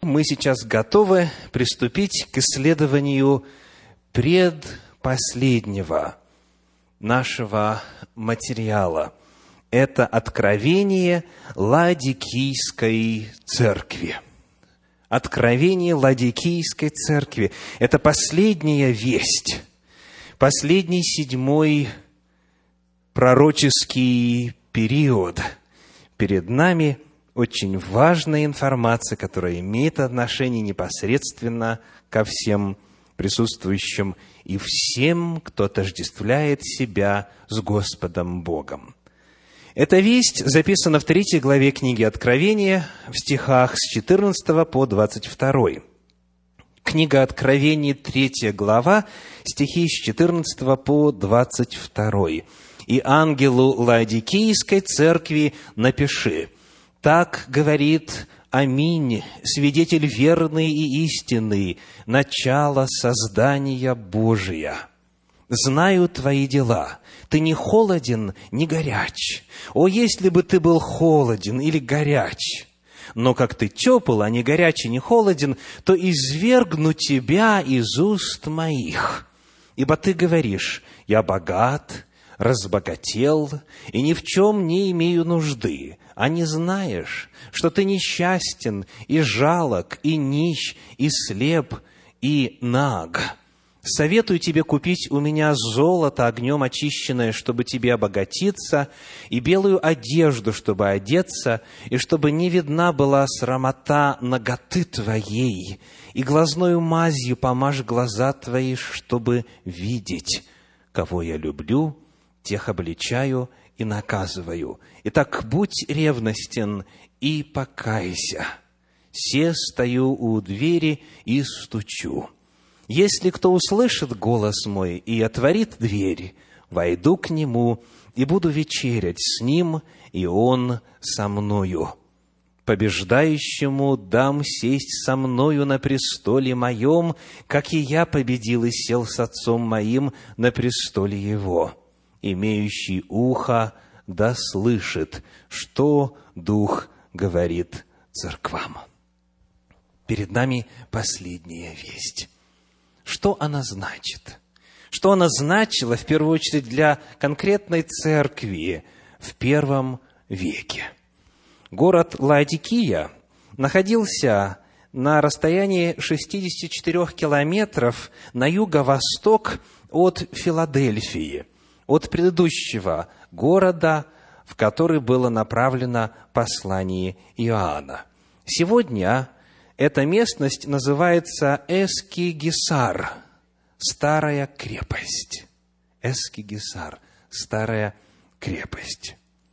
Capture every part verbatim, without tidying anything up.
Мы сейчас готовы приступить к исследованию предпоследнего нашего материала. Это откровение Ладикийской церкви. Откровение Ладикийской церкви – это последняя весть, последний седьмой пророческий период. Перед нами очень важная информация, которая имеет отношение непосредственно ко всем присутствующим и всем, кто отождествляет себя с Господом Богом. Эта весть записана в третьей главе книги Откровения, в стихах с четырнадцатого по двадцать второй. Книга Откровения, третья глава, стихи с четырнадцатого по двадцать второй. «И ангелу Ладикийской церкви напиши: так говорит Аминь, свидетель верный и истинный, начало создания Божия. Знаю твои дела. Ты не холоден, не горяч. О, если бы ты был холоден или горяч! Но как ты тепл, а не горяч и не холоден, то извергну тебя из уст моих. Ибо ты говоришь: я богат, разбогател, и ни в чем не имею нужды, а не знаешь, что ты несчастен, и жалок, и нищ, и слеп, и наг. Советую тебе купить у меня золото огнем очищенное, чтобы тебе обогатиться, и белую одежду, чтобы одеться, и чтобы не видна была срамота наготы твоей, и глазною мазью помажь глаза твои, чтобы видеть. Кого я люблю, тех обличаю и наказываю. Итак, будь ревностен и покайся. Се стою у двери и стучу. Если кто услышит голос мой и отворит дверь, войду к нему и буду вечерять с ним, и он со мною. Побеждающему дам сесть со мною на престоле моем, как и я победил и сел с отцом моим на престоле его. Имеющий ухо да слышит, что Дух говорит церквам». Перед нами последняя весть. Что она значит? Что она значила, в первую очередь, для конкретной церкви в первом веке? Город Лаодикия находился на расстоянии шестьдесят четыре километров на юго-восток от Филадельфии, от предыдущего города, в который было направлено послание Иоанна. Сегодня эта местность называется Эскигесар, старая крепость. Эскигесар, старая крепость.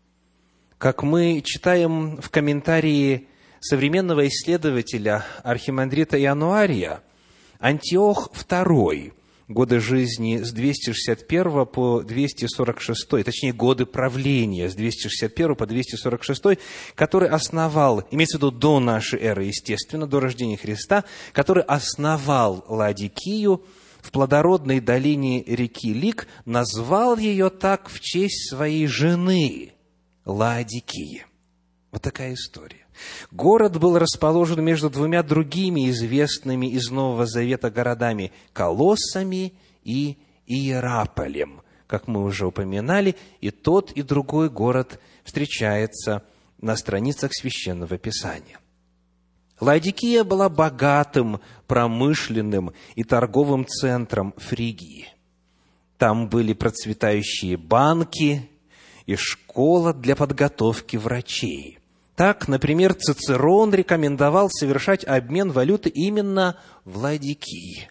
Как мы читаем в комментарии современного исследователя архимандрита Иануария, Антиох второй, годы жизни с двести шестьдесят первого по двести сорок шестой, точнее, годы правления с двести шестьдесят первого по двести сорок шестой, который основал, имеется в виду до нашей эры, естественно, до рождения Христа, который основал Ладикию в плодородной долине реки Лик, назвал ее так в честь своей жены Лаодикии. Вот такая история. Город был расположен между двумя другими известными из Нового Завета городами – Колоссами и Иераполем. Как мы уже упоминали, и тот, и другой город встречается на страницах Священного Писания. Лаодикия была богатым, промышленным и торговым центром Фригии. Там были процветающие банки и школа для подготовки врачей. Так, например, Цицерон рекомендовал совершать обмен валюты именно в Ладикии.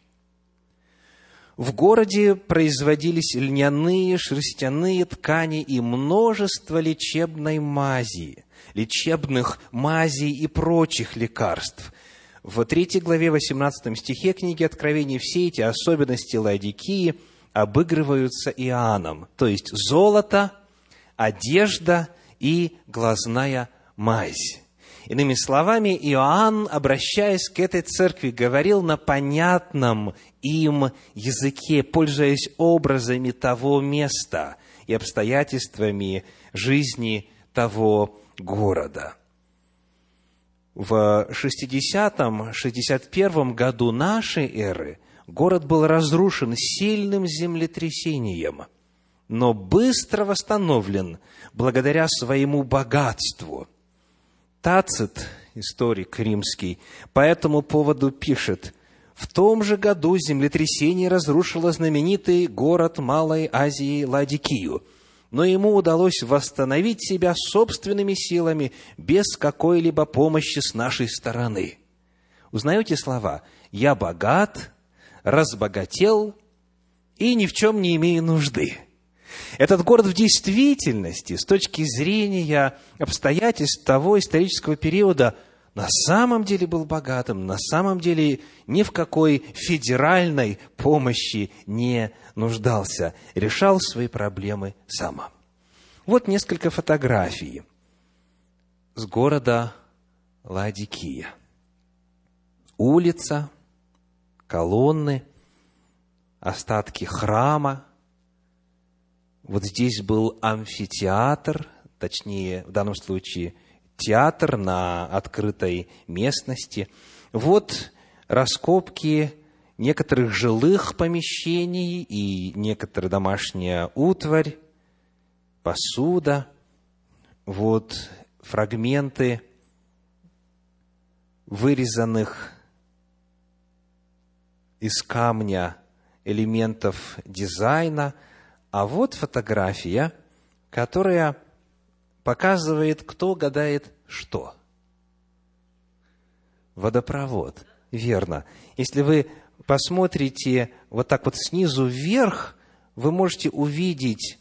В городе производились льняные, шерстяные ткани и множество лечебной мази, лечебных мазей и прочих лекарств. В третьей главе, восемнадцатом стихе книги Откровения все эти особенности Ладикии обыгрываются Иоанном, то есть золото, одежда и глазная мазь. Иными словами, Иоанн, обращаясь к этой церкви, говорил на понятном им языке, пользуясь образами того места и обстоятельствами жизни того города. в шестидесятом — шестьдесят первом году нашей эры город был разрушен сильным землетрясением, но быстро восстановлен благодаря своему богатству. Тацит, историк римский, по этому поводу пишет: «В том же году землетрясение разрушило знаменитый город Малой Азии Ладикию, но ему удалось восстановить себя собственными силами, без какой-либо помощи с нашей стороны». Узнаете слова «я богат», «разбогател» и «ни в чем не имею нужды». Этот город в действительности, с точки зрения обстоятельств того исторического периода, на самом деле был богатым, на самом деле ни в какой федеральной помощи не нуждался, решал свои проблемы сам. Вот несколько фотографий с города Ладикия. Улица, колонны, остатки храма. Вот здесь был амфитеатр, точнее, в данном случае, театр на открытой местности. Вот раскопки некоторых жилых помещений и некоторая домашняя утварь, посуда. Вот фрагменты вырезанных из камня элементов дизайна. А вот фотография, которая показывает, кто гадает что. Водопровод. Верно. Если вы посмотрите вот так вот снизу вверх, вы можете увидеть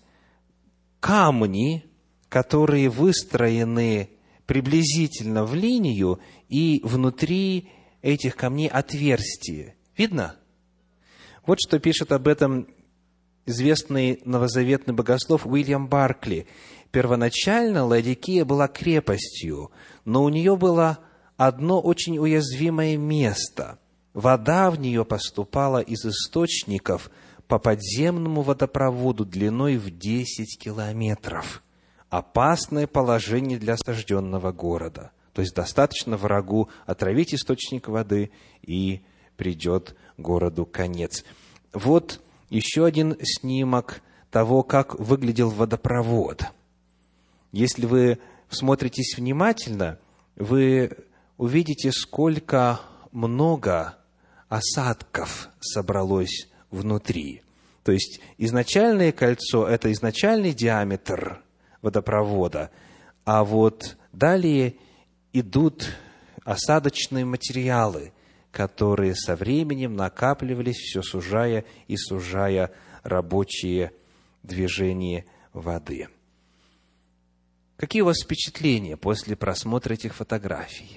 камни, которые выстроены приблизительно в линию, и внутри этих камней отверстие. Видно? Вот что пишет об этом известный новозаветный богослов Уильям Баркли. Первоначально Ладикия была крепостью, но у нее было одно очень уязвимое место. Вода в нее поступала из источников по подземному водопроводу длиной в десять километров. Опасное положение для осажденного города. То есть достаточно врагу отравить источник воды, и придет городу конец. Вот еще один снимок того, как выглядел водопровод. Если вы всмотритесь внимательно, вы увидите, сколько много осадков собралось внутри. То есть изначальное кольцо – это изначальный диаметр водопровода, а вот далее идут осадочные материалы, которые со временем накапливались, все сужая и сужая рабочие движения воды. Какие у вас впечатления после просмотра этих фотографий?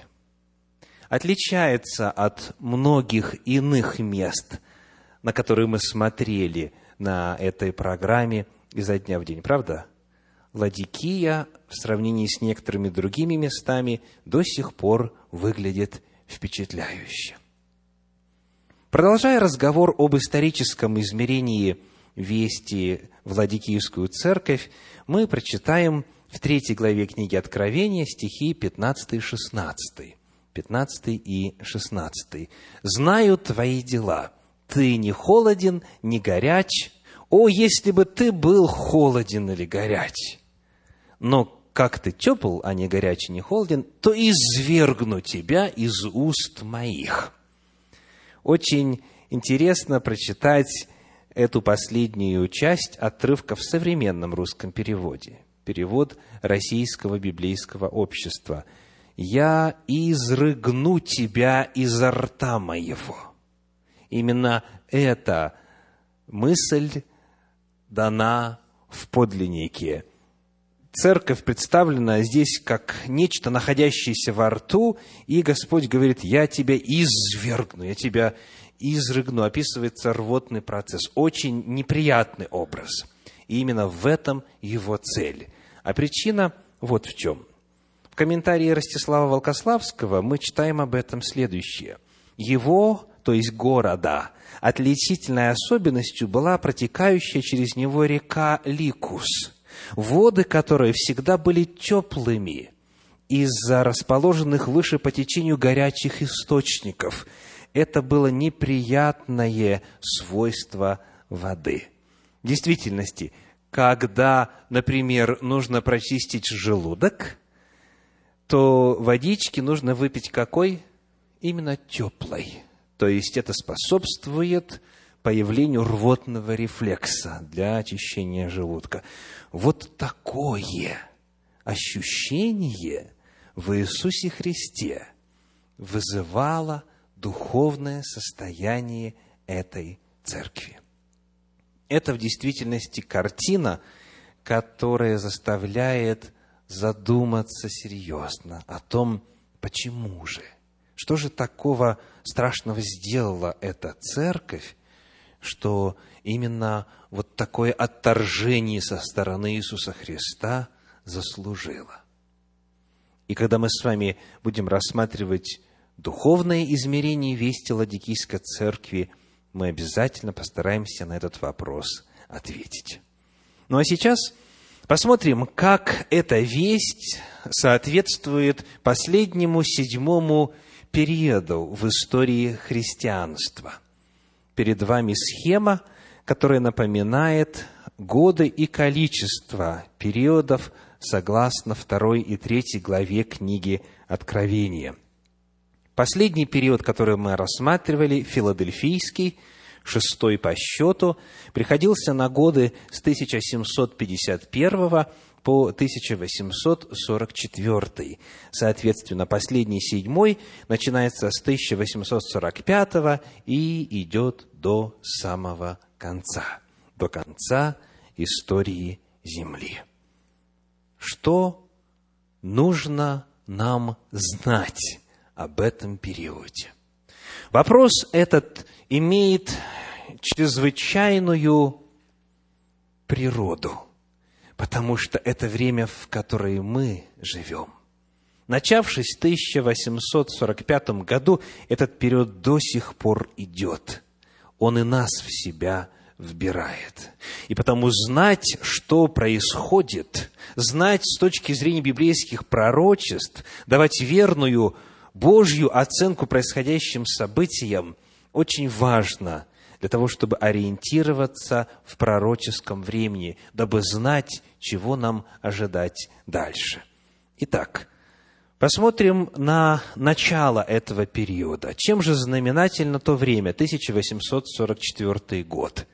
Отличается от многих иных мест, на которые мы смотрели на этой программе изо дня в день, правда? Ладикия в сравнении с некоторыми другими местами до сих пор выглядит впечатляюще. Продолжая разговор об историческом измерении вести в Ладикийскую церковь, мы прочитаем в третьей главе книги Откровения стихи пятнадцатый и шестнадцатый. пятнадцатый и шестнадцатый. «Знаю твои дела. Ты не холоден, не горяч. О, если бы ты был холоден или горяч! Но как ты тепл, а не горяч, не холоден, то извергну тебя из уст моих». Очень интересно прочитать эту последнюю часть отрывка в современном русском переводе. Перевод Российского библейского общества. «Я изрыгну тебя изо рта моего». Именно эта мысль дана в подлиннике. Церковь представлена здесь как нечто, находящееся во рту, и Господь говорит: «Я тебя извергну, я тебя изрыгну». Описывается рвотный процесс. Очень неприятный образ. И именно в этом его цель. А причина вот в чем. В комментарии Ростислава Волкославского мы читаем об этом следующее. Его, то есть города, отличительной особенностью была протекающая через него река Ликус, воды которой всегда были теплыми из-за расположенных выше по течению горячих источников. Это было неприятное свойство воды. В действительности, когда, например, нужно прочистить желудок, то водички нужно выпить какой? Именно теплой. То есть это способствует появлению рвотного рефлекса для очищения желудка. Вот такое ощущение в Иисусе Христе вызывало духовное состояние этой церкви. Это в действительности картина, которая заставляет задуматься серьезно о том, почему же, что же такого страшного сделала эта церковь, что именно вот такое отторжение со стороны Иисуса Христа заслужила. И когда мы с вами будем рассматривать духовное измерение вести Ладикийской церкви, мы обязательно постараемся на этот вопрос ответить. Ну а сейчас посмотрим, как эта весть соответствует последнему седьмому периоду в истории христианства. Перед вами схема, которая напоминает годы и количество периодов согласно второй и третьей главе книги Откровения. Последний период, который мы рассматривали, филадельфийский, шестой по счету, приходился на годы с тысяча семьсот пятьдесят первого по тысяча восемьсот сорок четвёртый. Соответственно, последний, седьмой, начинается с тысяча восемьсот сорок пятого и идет до самого конца, до конца истории Земли. Что нужно нам знать об этом периоде? Вопрос этот имеет чрезвычайную природу, потому что это время, в которое мы живем. Начавшись в тысяча восемьсот сорок пятом году, этот период до сих пор идет. Он и нас в себя вбирает. И потому знать, что происходит, знать с точки зрения библейских пророчеств, давать верную Божью оценку происходящим событиям очень важно для того, чтобы ориентироваться в пророческом времени, дабы знать, чего нам ожидать дальше. Итак, посмотрим на начало этого периода. Чем же знаменательно то время, тысяча восемьсот сорок четвёртый год?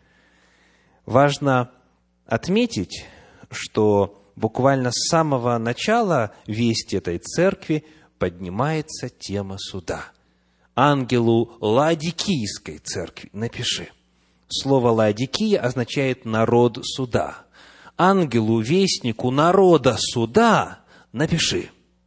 Важно отметить, что буквально с самого начала вести этой церкви поднимается тема суда. Ангелу Ладикийской церкви напиши. Слово «Ладикия» означает «народ суда». Ангелу, вестнику народа суда напиши.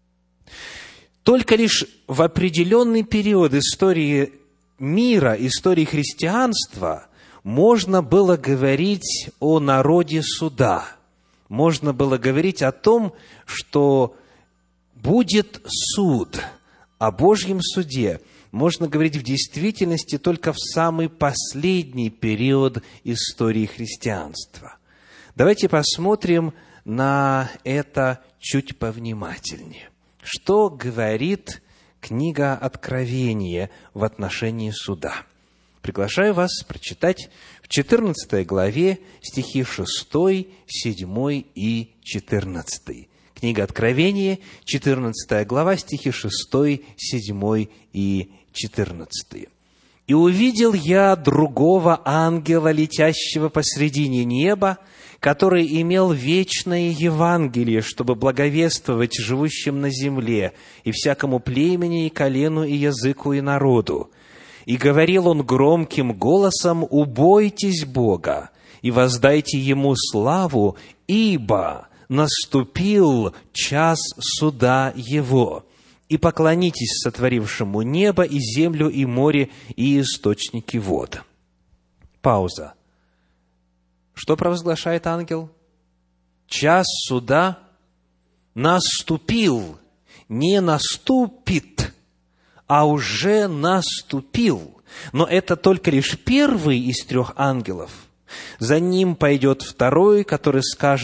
Только лишь в определенный период истории мира, истории христианства можно было говорить о народе суда. Можно было говорить о том, что будет суд. О Божьем суде можно говорить в действительности только в самый последний период истории христианства. Давайте посмотрим на это чуть повнимательнее. Что говорит книга Откровения в отношении суда? Приглашаю вас прочитать в четырнадцатой главе стихи шестой, седьмой и четырнадцатый. Книга Откровения, четырнадцатая глава, стихи шестой, седьмой и четырнадцатый. «И увидел я другого ангела, летящего посредине неба, который имел вечное Евангелие, чтобы благовествовать живущим на земле и всякому племени, и колену, и языку, и народу. И говорил он громким голосом: убойтесь Бога и воздайте Ему славу, ибо наступил час суда Его. И поклонитесь сотворившему небо и землю и море и источники вод». Пауза. Что провозглашает ангел? Час суда наступил, не наступит, а уже наступил. Но это только лишь первый из трех ангелов. За ним пойдет второй, который скажет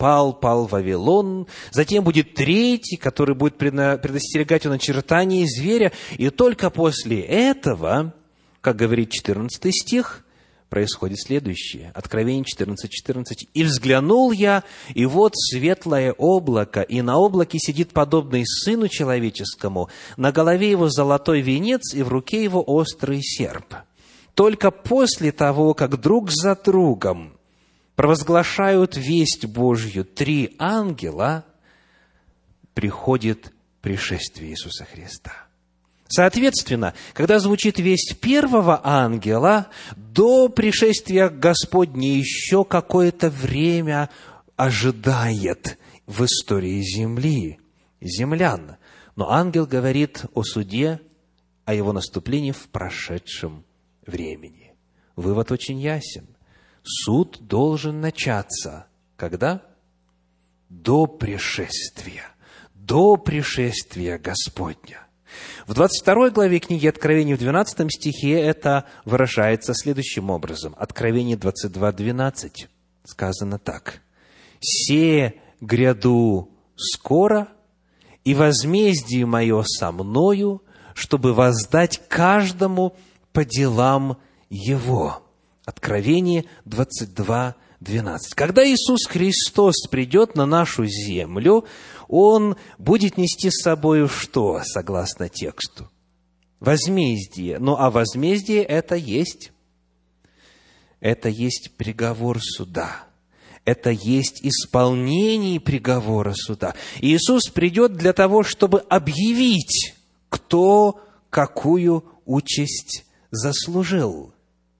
пал, пал Вавилон. Затем будет третий, который будет предостерегать о начертании зверя. И только после этого, как говорит четырнадцатый стих, происходит следующее. Откровение четырнадцать четырнадцать. «И взглянул я, и вот светлое облако, и на облаке сидит подобный Сыну Человеческому, на голове его золотой венец, и в руке его острый серп». Только после того, как друг за другом провозглашают весть Божью три ангела, приходит пришествие Иисуса Христа. Соответственно, когда звучит весть первого ангела, до пришествия Господня еще какое-то время ожидает в истории земли, землян. Но ангел говорит о суде, о его наступлении в прошедшем времени. Вывод очень ясен. Суд должен начаться. Когда? До пришествия. До пришествия Господня. В двадцать второй главе книги Откровения, в двенадцатом стихе, это выражается следующим образом. Откровение двадцать два двенадцать. Сказано так. «Се гряду скоро, и возмездие мое со мною, чтобы воздать каждому по делам его». Откровение двадцать два двенадцать. Когда Иисус Христос придет на нашу землю, Он будет нести с собой что, согласно тексту? Возмездие. Ну, а возмездие это есть, это есть приговор суда. Это есть исполнение приговора суда. И Иисус придет для того, чтобы объявить, кто какую участь заслужил.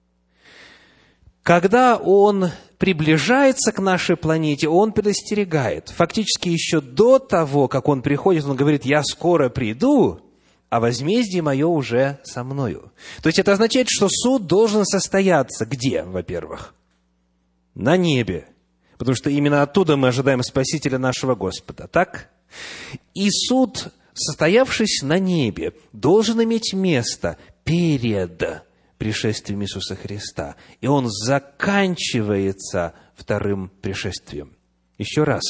Когда Он приближается к нашей планете, Он предостерегает. Фактически еще до того, как Он приходит, Он говорит: «Я скоро приду, а возмездие мое уже со мною». То есть это означает, что суд должен состояться где, во-первых? На небе. Потому что именно оттуда мы ожидаем Спасителя нашего Господа. Так? И суд, состоявшись на небе, должен иметь место перед пришествием Иисуса Христа. И он заканчивается вторым пришествием. Еще раз.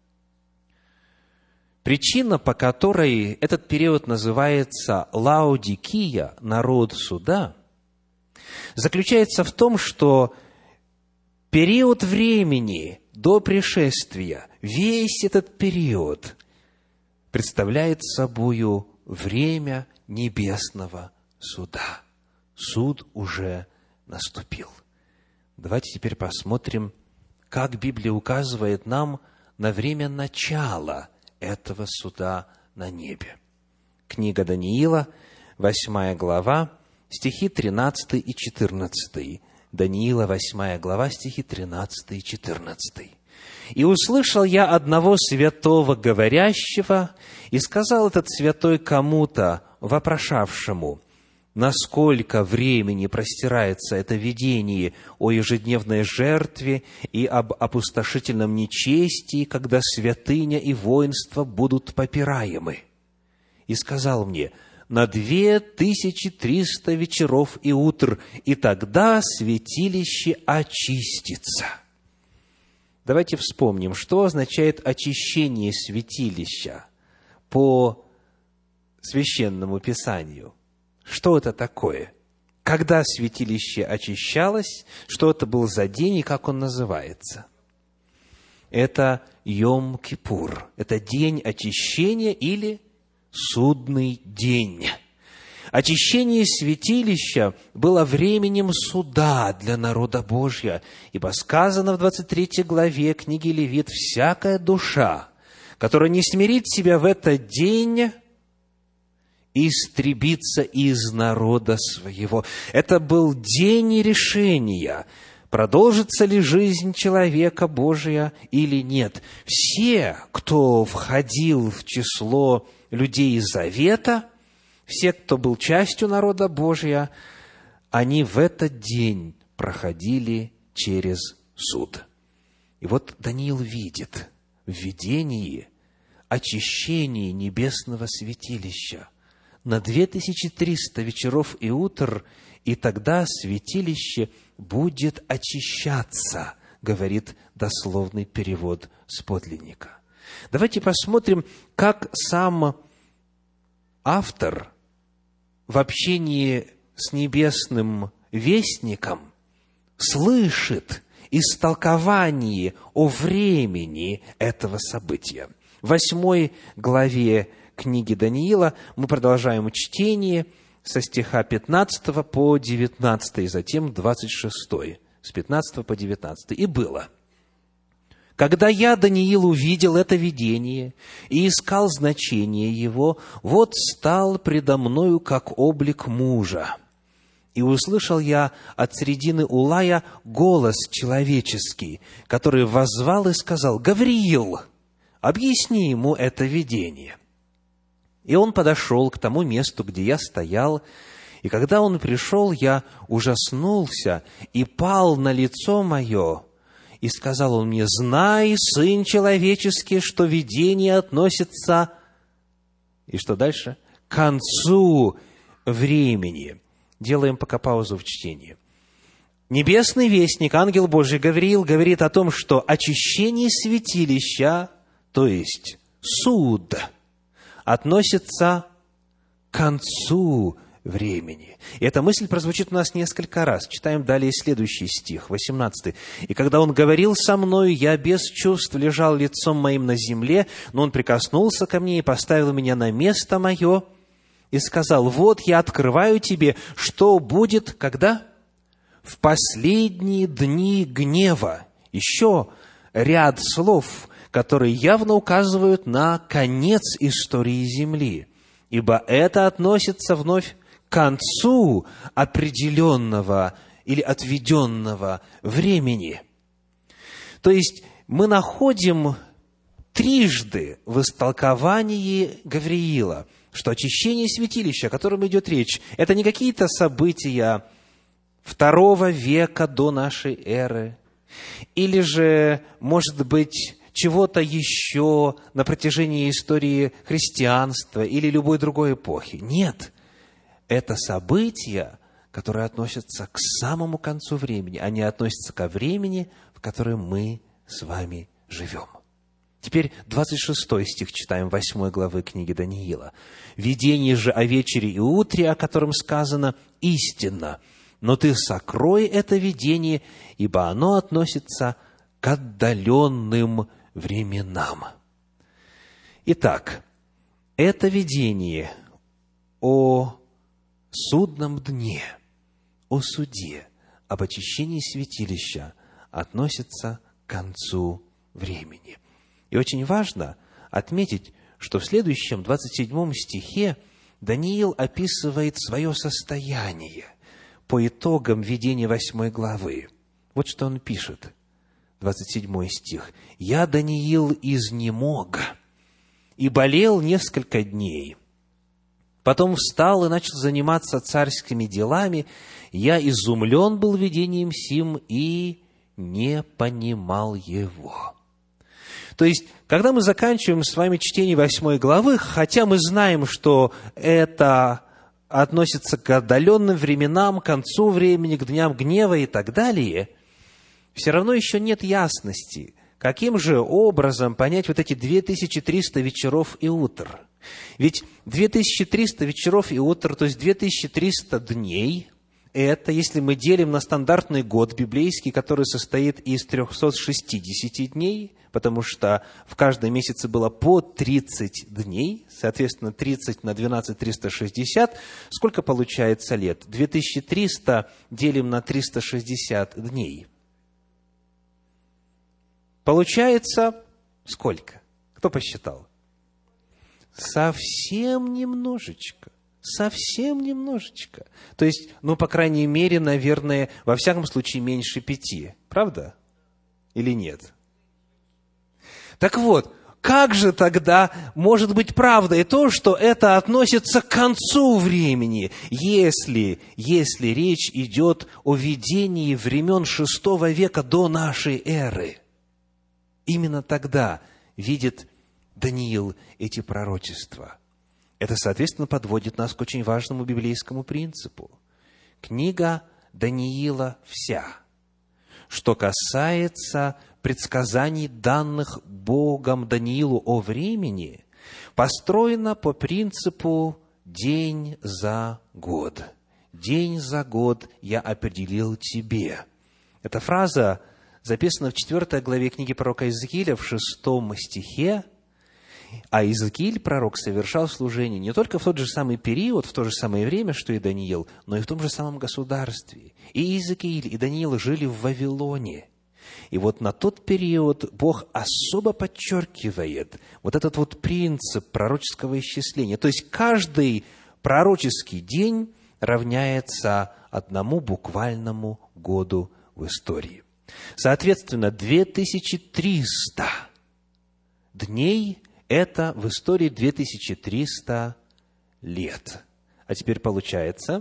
Причина, по которой этот период называется Лаодикия, народ суда, заключается в том, что период времени до пришествия, весь этот период представляет собою время небесного суда. Суд уже наступил. Давайте теперь посмотрим, как Библия указывает нам на время начала этого суда на небе. Книга Даниила, восьмая глава, стихи тринадцатый и четырнадцатый. Даниила, восьмая глава, стихи тринадцатый и четырнадцатый. «И услышал я одного святого говорящего, и сказал этот святой кому-то, вопрошавшему: насколько времени простирается это видение о ежедневной жертве и об опустошительном нечестии, когда святыня и воинство будут попираемы? И сказал мне: на две тысячи триста вечеров и утр, и тогда святилище очистится». Давайте вспомним, что означает очищение святилища по Священному Писанию. Что это такое? Когда святилище очищалось, что это был за день и как он называется? Это Йом-Кипур. Это день очищения или судный день. Очищение святилища было временем суда для народа Божьего, ибо сказано в двадцать третьей главе книги Левит: «Всякая душа, которая не смирит себя в этот день, истребится из народа своего». Это был день решения, продолжится ли жизнь человека Божия или нет. Все, кто входил в число людей Завета, все, кто был частью народа Божия, они в этот день проходили через суд. И вот Даниил видит в видении очищение небесного святилища на две тысячи триста вечеров и утр, и тогда святилище будет очищаться. говорит дословный перевод с подлинника. Давайте посмотрим, как сам автор в общении с небесным вестником слышит истолкование о времени этого события. В восьмой главе книги Даниила мы продолжаем чтение со стиха пятнадцатого по девятнадцатый, и затем двадцать шестой, с пятнадцатого по девятнадцатый. «И было, когда я, Даниил, увидел это видение и искал значение его, вот стал предо мною как облик мужа. И услышал я от средины Улая голос человеческий, который воззвал и сказал: Гавриил, объясни ему это видение. И он подошел к тому месту, где я стоял, и когда он пришел, я ужаснулся и пал на лицо мое, и сказал он мне: знай, сын человеческий, что видение относится, и что дальше? К концу времени. Делаем пока паузу в чтении. Небесный вестник, ангел Божий Гавриил, говорит о том, что очищение святилища, то есть суд, относится к концу времени. И эта мысль прозвучит у нас несколько раз. Читаем далее следующий стих, восемнадцатый. «И когда он говорил со мною, я без чувств лежал лицом моим на земле, но он прикоснулся ко мне и поставил меня на место мое, и сказал: вот я открываю тебе, что будет, когда? В последние дни гнева». Еще ряд слов, которые явно указывают на конец истории земли. Ибо это относится вновь к концу определенного или отведенного времени. То есть мы находим трижды в истолковании Гавриила, что очищение святилища, о котором идет речь, это не какие-то события второго века до нашей эры, или же, может быть, чего-то еще на протяжении истории христианства или любой другой эпохи. Нет, это события, которые относятся к самому концу времени. Они относятся ко времени, в котором мы с вами живем. Теперь двадцать шестой стих читаем восьмой главы книги Даниила. «Видение же о вечере и утре, о котором сказано, истинно, но ты сокрой это видение, ибо оно относится к отдаленным временам». Итак, это видение о судном дне, о суде, об очищении святилища относится к концу времени. И очень важно отметить, что в следующем, двадцать седьмом стихе Даниил описывает свое состояние по итогам видения восьмой главы. Вот что он пишет, двадцать седьмой стих. «Я, Даниил, изнемог и болел несколько дней. Потом встал и начал заниматься царскими делами. Я изумлен был видением сим и не понимал его». То есть, когда мы заканчиваем с вами чтение восьмой главы, хотя мы знаем, что это относится к отдаленным временам, к концу времени, к дням гнева и так далее, все равно еще нет ясности, каким же образом понять вот эти две тысячи триста вечеров и утр. Ведь две тысячи триста вечеров и утр, то есть две тысячи триста дней, это, если мы делим на стандартный год библейский, который состоит из трехсот шестидесяти дней, потому что в каждом месяце было по тридцать дней, соответственно, тридцать на двенадцать – триста шестьдесят. Сколько получается лет? две тысячи триста делим на триста шестьдесят дней. Получается сколько? Кто посчитал? Совсем немножечко. Совсем немножечко. То есть, ну, по крайней мере, наверное, во всяком случае, меньше пяти. Правда? Или нет? Так вот, как же тогда может быть правдой то, что это относится к концу времени, если, если речь идет о видении времен шестого века до нашей эры? Именно тогда видит Даниил эти пророчества. Это, соответственно, подводит нас к очень важному библейскому принципу. Книга Даниила вся, что касается предсказаний, данных Богом Даниилу о времени, построено по принципу «день за год». «День за год я определил тебе». Эта фраза записана в четвёртой главе книги пророка Иезекииля в шестом стихе. А Иезекииль, пророк, совершал служение не только в тот же самый период, в то же самое время, что и Даниил, но и в том же самом государстве. И Иезекииль, и Даниил жили в Вавилоне. И вот на тот период Бог особо подчеркивает вот этот вот принцип пророческого исчисления. То есть каждый пророческий день равняется одному буквальному году в истории. Соответственно, две тысячи триста дней – это в истории две тысячи триста лет. А теперь получается,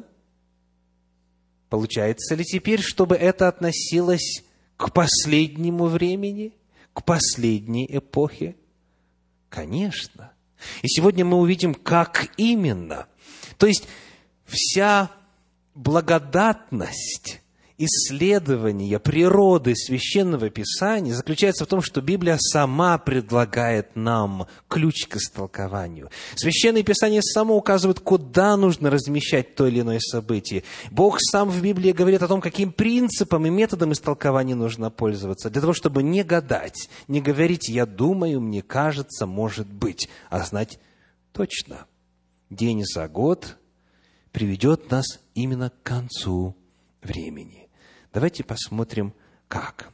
получается ли теперь, чтобы это относилось к последнему времени, к последней эпохе? Конечно. И сегодня мы увидим, как именно. То есть, вся благодатность исследования природы Священного Писания заключается в том, что Библия сама предлагает нам ключ к истолкованию. Священное Писание само указывает, куда нужно размещать то или иное событие. Бог сам в Библии говорит о том, каким принципом и методом истолкования нужно пользоваться, для того, чтобы не гадать, не говорить «я думаю», «мне кажется», «может быть», а знать точно. День за год приведет нас именно к концу времени. Давайте посмотрим, как.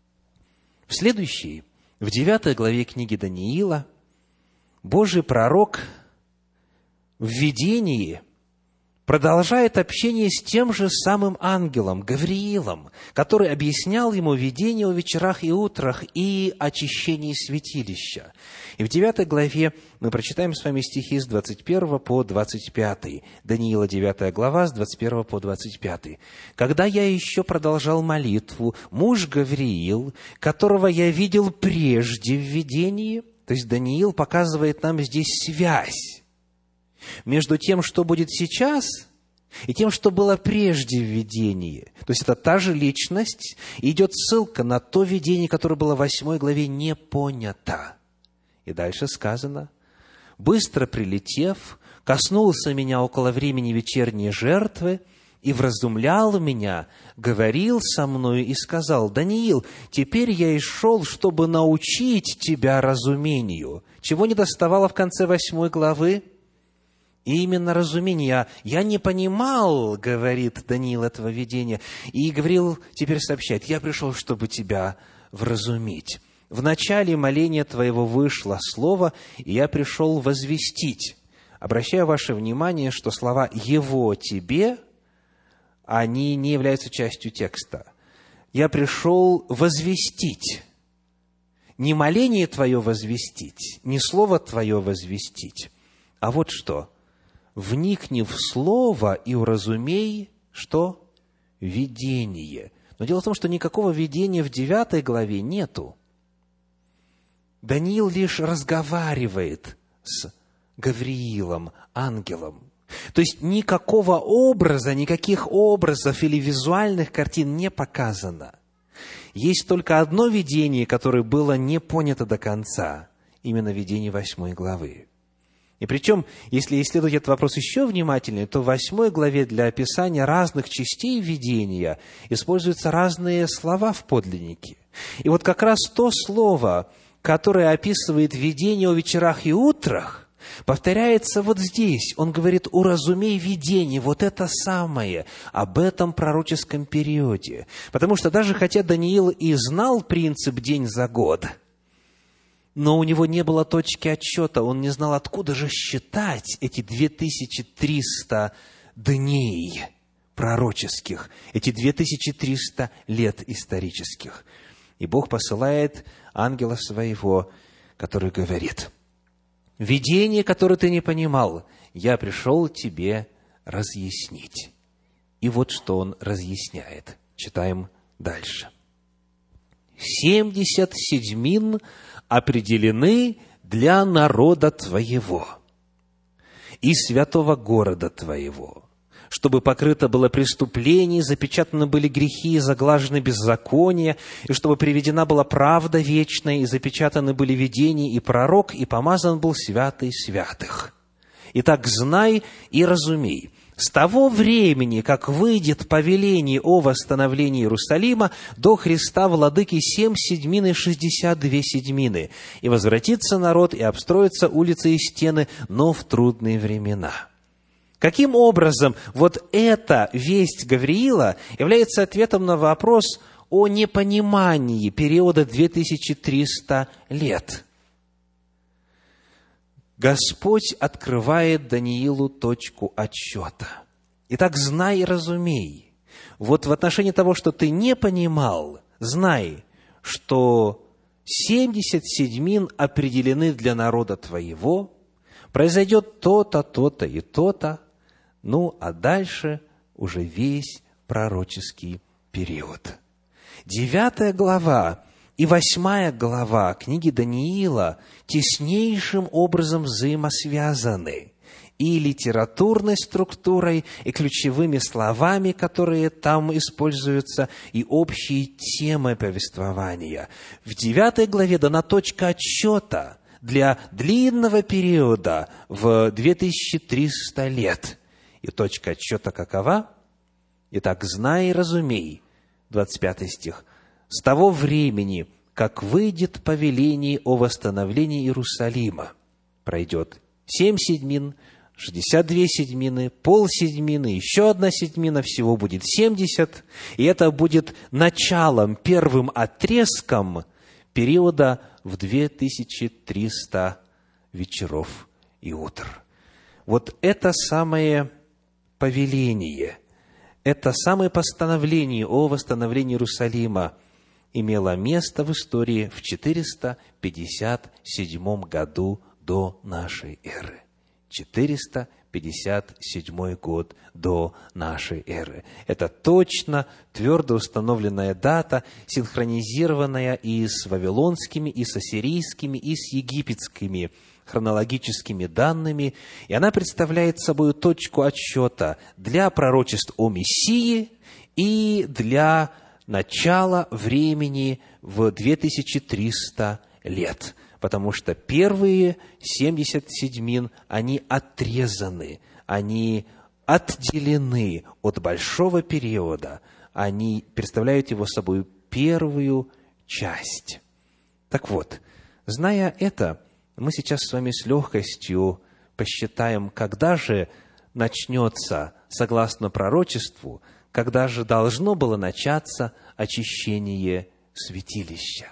В следующей, в девятой главе книги Даниила, Божий пророк в видении продолжает общение с тем же самым ангелом, Гавриилом, который объяснял ему видение о вечерах и утрах и очищении святилища. И в девятой главе мы прочитаем с вами стихи с двадцать первого по двадцать пятый. Даниила, девятая глава, с двадцать первого по двадцать пятый. «Когда я еще продолжал молитву, муж Гавриил, которого я видел прежде в видении», то есть Даниил показывает нам здесь связь между тем, что будет сейчас, и тем, что было прежде в видении. То есть это та же личность, и идет ссылка на то видение, которое было в восьмой главе не понято. И дальше сказано: «Быстро прилетев, коснулся меня около времени вечерней жертвы, и вразумлял меня, говорил со мною и сказал: Даниил, теперь я и шел, чтобы научить тебя разумению». Чего не доставало в конце восьмой главы? И именно разумение. «Я не понимал, — говорит Даниил, — этого видения». И Гавриил теперь сообщает: «Я пришел, чтобы тебя вразумить. В начале моления твоего вышло слово, и я пришел возвестить». Обращаю ваше внимание, что слова «его тебе», они не являются частью текста. «Я пришел возвестить». Не моление твое возвестить, не слово твое возвестить, а вот что. «Вникни в слово и уразумей», что? Видение. Но дело в том, что никакого видения в девятой главе нету. Даниил лишь разговаривает с Гавриилом, ангелом. То есть никакого образа, никаких образов или визуальных картин не показано. Есть только одно видение, которое было не понято до конца. Именно видение восьмой главы. И причем, если исследовать этот вопрос еще внимательнее, то в восьмой главе для описания разных частей видения используются разные слова в подлиннике. И вот как раз то слово, которое описывает видение о вечерах и утрах, повторяется вот здесь. Он говорит: «Уразумей видение», вот это самое, об этом пророческом периоде. Потому что даже хотя Даниил и знал принцип «день за год», но у него не было точки отсчета, он не знал, откуда же считать эти две тысячи триста дней пророческих, эти две тысячи триста лет исторических. И Бог посылает ангела своего, который говорит: «Видение, которое ты не понимал, я пришел тебе разъяснить». И вот что он разъясняет. Читаем дальше. «Семьдесят седьмин определены для народа твоего и святого города твоего, чтобы покрыто было преступление, запечатаны были грехи и заглажены беззакония, и чтобы приведена была правда вечная, и запечатаны были видения и пророк, и помазан был святый святых. Итак, знай и разумей, с того времени, как выйдет повеление о восстановлении Иерусалима, до Христа Владыки семь седьмин и шестьдесят две седьмины, и возвратится народ, и обстроятся улицы и стены, но в трудные времена». Каким образом вот эта весть Гавриила является ответом на вопрос о непонимании периода две тысячи триста лет? Господь открывает Даниилу точку отсчета. Итак, знай и разумей. Вот в отношении того, что ты не понимал, знай, что семьдесят седьмин определены для народа твоего, произойдет то-то, то-то и то-то, ну, а дальше уже весь пророческий период. Девятая глава и восьмая глава книги Даниила теснейшим образом взаимосвязаны и литературной структурой, и ключевыми словами, которые там используются, и общей темой повествования. В девятой главе дана точка отсчета для длинного периода в две тысячи триста лет. И точка отсчета какова? Итак, знай и разумей, двадцать пятый стих, «С того времени, как выйдет повеление о восстановлении Иерусалима, пройдет семь седьмин, шестьдесят две седьмины, полседьмины, еще одна седьмина, всего будет семьдесят, и это будет началом, первым отрезком периода в две тысячи триста вечеров и утр». Вот это самое повеление, это самое постановление о восстановлении Иерусалима имело место в истории в четыреста пятьдесят седьмом году до нашей эры. четыреста пятьдесят седьмой год до нашей эры. Это точно, твердо установленная дата, синхронизированная и с вавилонскими, и с ассирийскими, и с египетскими хронологическими данными, и она представляет собой точку отсчета для пророчеств о Мессии и для начала времени в две тысячи триста лет, потому что первые семьдесят седьмин, они отрезаны, они отделены от большого периода, они представляют его собой первую часть. Так вот, зная это, мы сейчас с вами с легкостью посчитаем, когда же начнется, согласно пророчеству, когда же должно было начаться очищение святилища.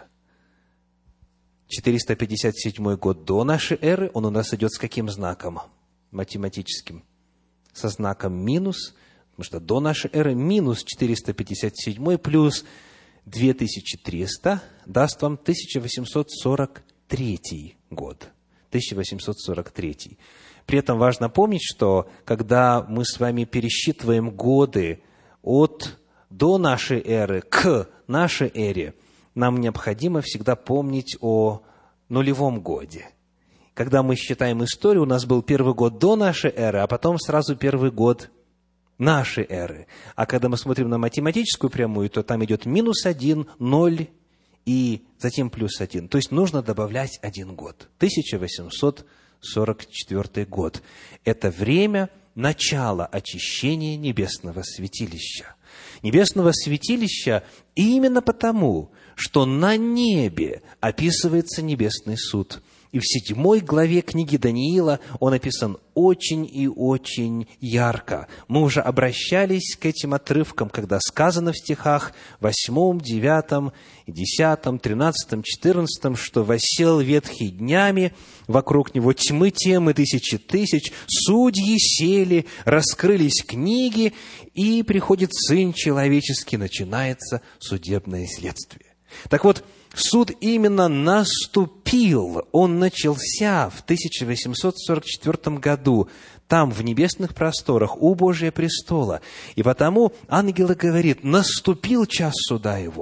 четыреста пятьдесят седьмой год до нашей эры, он у нас идет с каким знаком? Математическим. Со знаком минус, потому что до нашей эры минус четыреста пятьдесят семь плюс две тысячи триста даст вам тысяча восемьсот сорок третий год. тысяча восемьсот сорок третий. При этом важно помнить, что когда мы с вами пересчитываем годы от до нашей эры к нашей эре, нам необходимо всегда помнить о нулевом годе. Когда мы считаем историю, у нас был первый год до нашей эры, а потом сразу первый год нашей эры. А когда мы смотрим на математическую прямую, то там идет минус один, ноль и затем плюс один. То есть нужно добавлять один год. тысяча восемьсот сорок четвёртый год. Это время начала очищения небесного святилища. Небесного святилища именно потому, что на небе описывается небесный суд. И в седьмой главе книги Даниила он описан очень и очень ярко. Мы уже обращались к этим отрывкам, когда сказано в стихах восьмом, девятом, десятом, тринадцатом, четырнадцатом, что «воссел ветхий днями, вокруг него тьмы темы тысячи тысяч, судьи сели, раскрылись книги, и приходит Сын Человеческий, начинается судебное следствие». Так вот, суд именно наступил, он начался в тысяча восемьсот сорок четвёртом году, там, в небесных просторах, у Божия престола. И потому ангел говорит: наступил час суда его.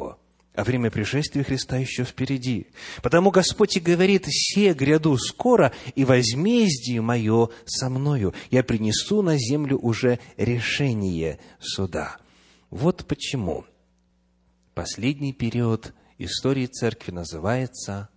а время пришествия Христа еще впереди. Потому Господь и говорит: «Се гряду скоро, и возмездие мое со мною. Я принесу на землю уже решение суда». Вот почему последний период истории Церкви называется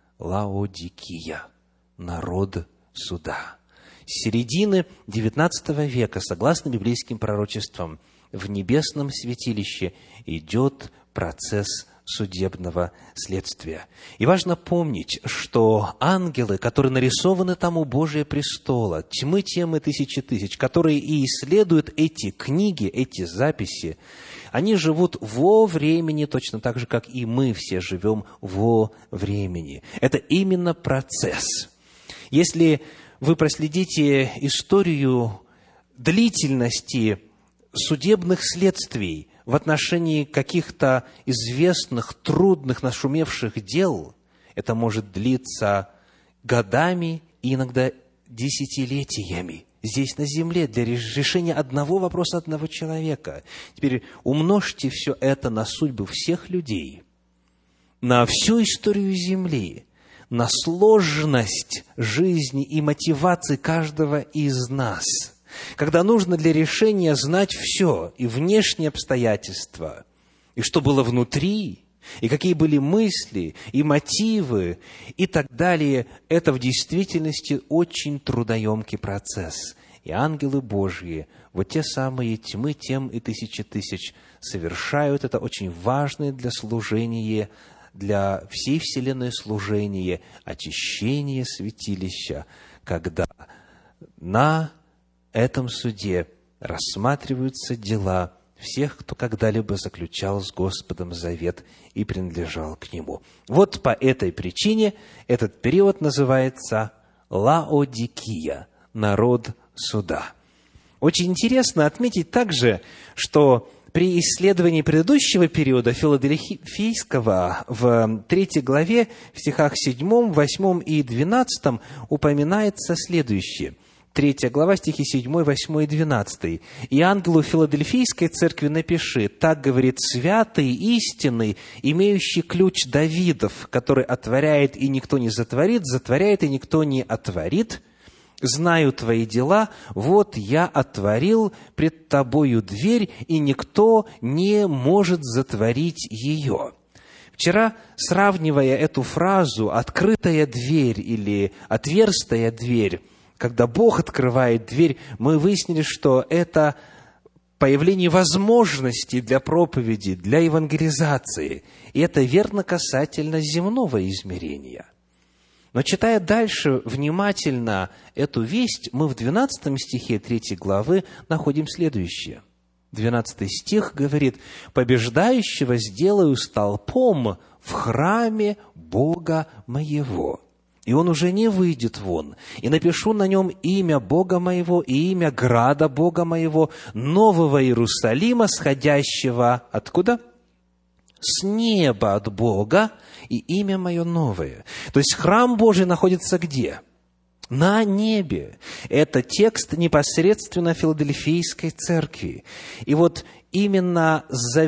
Лаодикия, народ суда. С середины девятнадцатого века, согласно библейским пророчествам, в небесном святилище идет процесс судебного следствия. И важно помнить, что ангелы, которые нарисованы там у Божия престола, тьмы, темы, тысячи тысяч, которые и исследуют эти книги, эти записи, они живут во времени, точно так же, как и мы все живем во времени. Это именно процесс. Если вы проследите историю длительности судебных следствий в отношении каких-то известных, трудных, нашумевших дел, это может длиться годами и иногда десятилетиями здесь, на земле, для решения одного вопроса одного человека. Теперь умножьте все это на судьбы всех людей, на всю историю земли, на сложность жизни и мотивации каждого из нас. Когда нужно для решения знать все, и внешние обстоятельства, и что было внутри, и какие были мысли, и мотивы, и так далее, это в действительности очень трудоемкий процесс. И ангелы Божьи, вот те самые тьмы, тем и тысячи тысяч, совершают это очень важное для служения, для всей вселенной служение, очищение святилища, когда на этом суде рассматриваются дела всех, кто когда-либо заключал с Господом завет и принадлежал к Нему. Вот по этой причине этот период называется Лаодикия, народ суда. Очень интересно отметить также, что при исследовании предыдущего периода филадельфийского в третьей главе, в стихах седьмом, восьмом и двенадцатом упоминается следующее. Третья глава, стихи седьмой, восьмой и двенадцатый. «И ангелу Филадельфийской церкви напиши, так говорит святый, истинный, имеющий ключ Давидов, который отворяет, и никто не затворит, затворяет, и никто не отворит. Знаю твои дела, вот я отворил пред тобою дверь, и никто не может затворить ее». Вчера, сравнивая эту фразу «открытая дверь» или «отверстая дверь», когда Бог открывает дверь, мы выяснили, что это появление возможностей для проповеди, для евангелизации. И это верно касательно земного измерения. Но читая дальше внимательно эту весть, мы в двенадцатом стихе третьей главы находим следующее. двенадцатый стих говорит: «Побеждающего сделаю столпом в храме Бога моего, и он уже не выйдет вон, и напишу на нем имя Бога моего и имя града Бога моего, нового Иерусалима, сходящего» откуда? С неба от Бога, и имя мое новое. То есть храм Божий находится где? На небе. Это текст непосредственно Филадельфийской церкви. И вот именно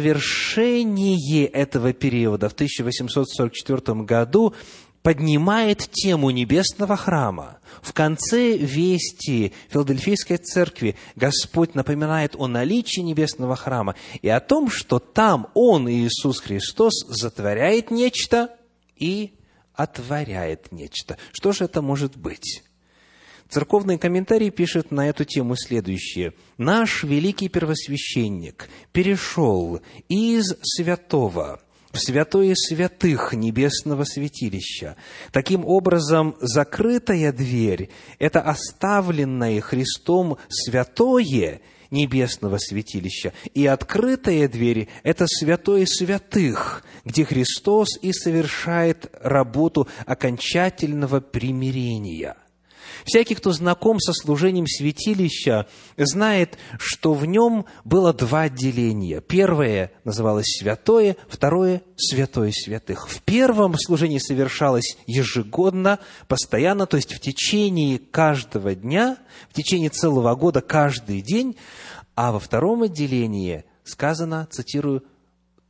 завершение этого периода в тысяча восемьсот сорок четвёртом году поднимает тему небесного храма. В конце вести Филадельфийской церкви Господь напоминает о наличии небесного храма и о том, что там Он, Иисус Христос, затворяет нечто и отворяет нечто. Что же это может быть? Церковный комментарий пишет на эту тему следующее. «Наш великий первосвященник перешел из святого в святое святых небесного святилища. Таким образом, закрытая дверь – это оставленное Христом святое небесного святилища, и открытая дверь – это святое святых, где Христос и совершает работу окончательного примирения». Всякий, кто знаком со служением святилища, знает, что в нем было два отделения. Первое называлось святое, второе – святое святых. В первом служении совершалось ежегодно, постоянно, то есть в течение каждого дня, в течение целого года, каждый день. А во втором отделении сказано, цитирую,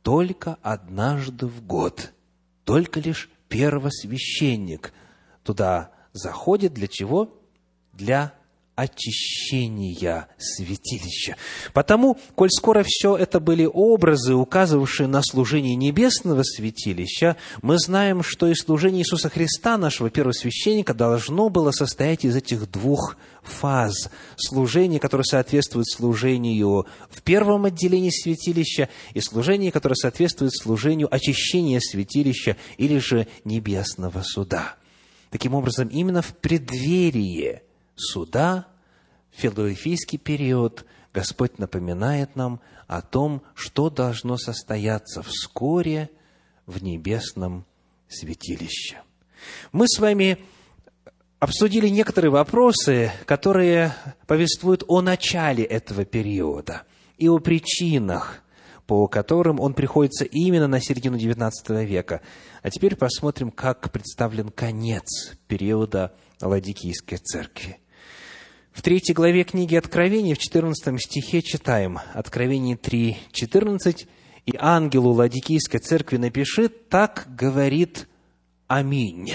только однажды в год. Только лишь первосвященник туда заходит. Для чего? Для очищения святилища. Потому, коль скоро все это были образы, указывавшие на служение небесного святилища, мы знаем, что и служение Иисуса Христа, нашего первосвященника, должно было состоять из этих двух фаз. Служение, которое соответствует служению в первом отделении святилища, и служение, которое соответствует служению очищения святилища или же небесного суда. Таким образом, именно в преддверии суда, в филадельфийский период, Господь напоминает нам о том, что должно состояться вскоре в небесном святилище. Мы с вами обсудили некоторые вопросы, которые повествуют о начале этого периода и о причинах, по которым он приходится именно на середину девятнадцатого века. А теперь посмотрим, как представлен конец периода Ладикийской церкви. В третьей главе книги Откровения, в четырнадцатом стихе читаем, Откровение три, четырнадцать, «И ангелу Ладикийской церкви напиши, так говорит Аминь».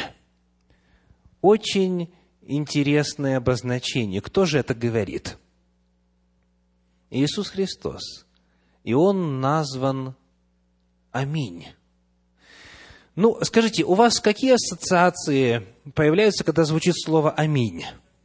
Очень интересное обозначение. Кто же это говорит? Иисус Христос. И Он назван Аминь. Ну, скажите, у вас какие ассоциации появляются, когда звучит слово «Аминь»?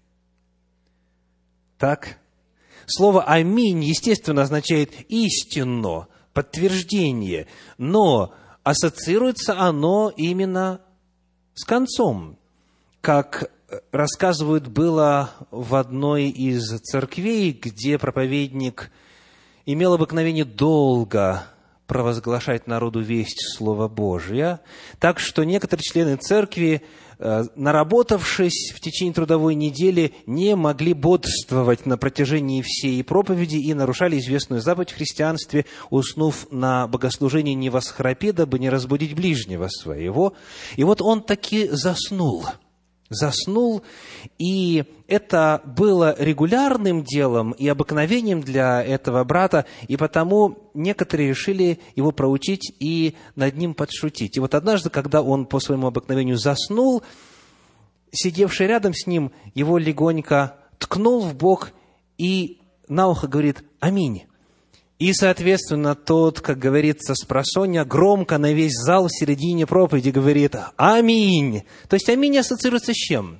Так? Слово «Аминь», естественно, означает «истинно», «подтверждение», но ассоциируется оно именно с концом. Как рассказывают, было в одной из церквей, где проповедник имел обыкновение долго провозглашать народу весть Слова Божия, так что некоторые члены церкви, наработавшись в течение трудовой недели, не могли бодрствовать на протяжении всей проповеди и нарушали известную заповедь в христианстве, уснув на богослужении «не восхрапи, дабы не разбудить ближнего своего». И вот он таки заснул. Заснул, и это было регулярным делом и обыкновением для этого брата, и потому некоторые решили его проучить и над ним подшутить. И вот однажды, когда он по своему обыкновению заснул, сидевший рядом с ним его легонько ткнул в бок и на ухо говорит «Аминь». И, соответственно, тот, как говорится, спросонья, громко на весь зал в середине проповеди говорит «Аминь». То есть «Аминь» ассоциируется с чем?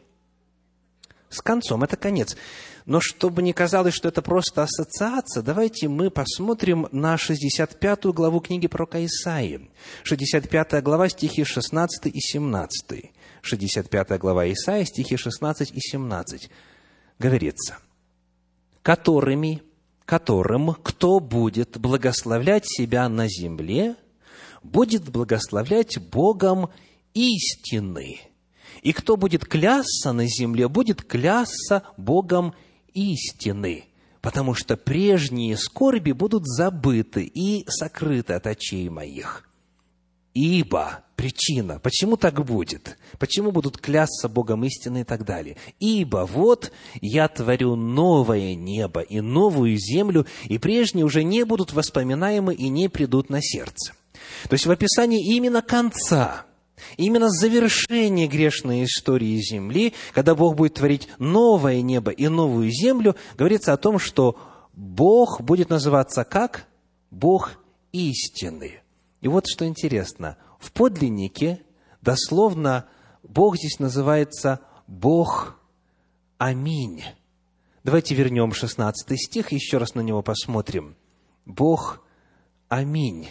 С концом, это конец. Но чтобы не казалось, что это просто ассоциация, давайте мы посмотрим на шестьдесят пятую главу книги пророка Исаии. шестьдесят пятая глава, стихи шестнадцатый и семнадцатый. шестьдесят пятая глава Исаии, стихи шестнадцать и семнадцать. Говорится: «Которыми, которым, кто будет благословлять себя на земле, будет благословлять Богом истины. И кто будет клясться на земле, будет клясться Богом истины, потому что прежние скорби будут забыты и сокрыты от очей моих. Ибо, причина, почему так будет? Почему будут клясться Богом истины и так далее? Ибо вот я творю новое небо и новую землю, и прежние уже не будут воспоминаемы и не придут на сердце». То есть в описании именно конца, именно завершения грешной истории земли, когда Бог будет творить новое небо и новую землю, говорится о том, что Бог будет называться как? Бог истины. И вот что интересно, в подлиннике дословно Бог здесь называется Бог Аминь. Давайте вернем шестнадцатый стих, еще раз на него посмотрим. Бог Аминь.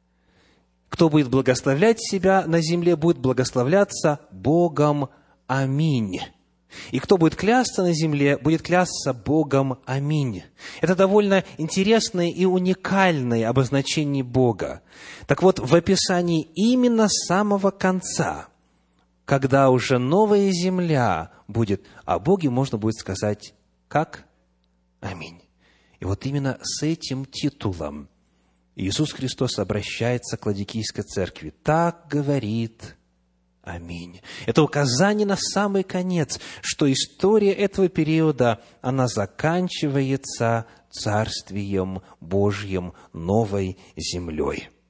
Кто будет благословлять себя на земле, будет благословляться Богом Аминь. И кто будет клясться на земле, будет клясться Богом Аминь. Это довольно интересное и уникальное обозначение Бога. Так вот, в описании именно самого конца, когда уже новая земля будет, о Боге можно будет сказать как? Аминь. И вот именно с этим титулом Иисус Христос обращается к Ладикийской церкви. Так говорит Аминь. Это указание на самый конец, что история этого периода, она заканчивается Царствием Божьим, новой землей.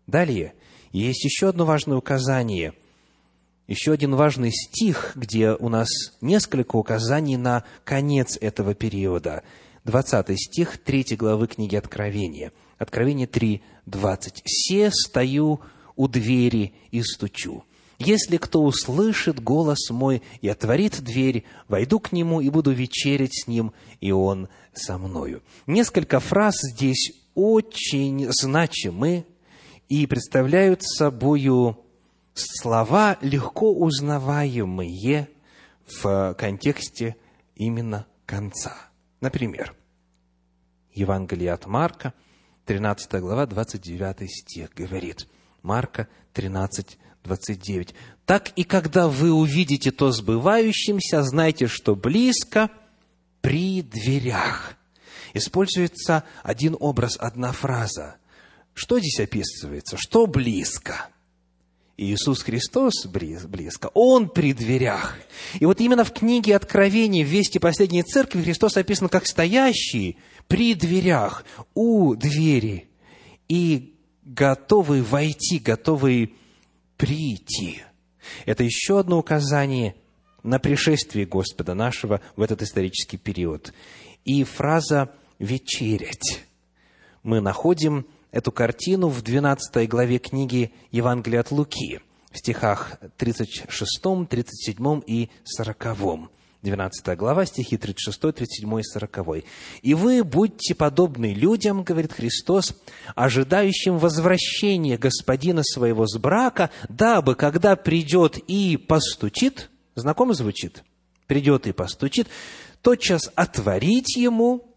Далее, есть еще одно важное указание, еще один важный стих, где у нас несколько указаний на конец этого периода. двадцатый стих третьей главы книги Откровения. Откровение три, двадцать. «Се стою у двери и стучу. Если кто услышит голос мой и отворит дверь, войду к нему и буду вечерять с ним, и он со мною». Несколько фраз здесь очень значимы и представляют собою слова, легко узнаваемые в контексте именно конца. Например, Евангелие от Марка, тринадцатая глава, двадцать девятый стих говорит. Марка тринадцать, двадцать девять. «Так и когда вы увидите то сбывающимся, знайте, что близко при дверях». Используется один образ, одна фраза. Что здесь описывается? Что близко? Иисус Христос близко, Он при дверях. И вот именно в книге Откровения, в вести последней церкви, Христос описан как стоящий при дверях, у двери, и готовый войти, готовый прийти. Это еще одно указание на пришествие Господа нашего в этот исторический период. И фраза «вечерять». Мы находим эту картину в двенадцатой главе книги Евангелия от Луки, в стихах тридцать шестом, тридцать седьмом и сороковом. двенадцатая глава, стихи тридцать шестой, тридцать седьмой и сороковой. «И вы будьте подобны людям, — говорит Христос, — ожидающим возвращения господина своего с брака, дабы, когда придет и постучит», знакомо звучит? «Придет и постучит, тотчас отворить ему.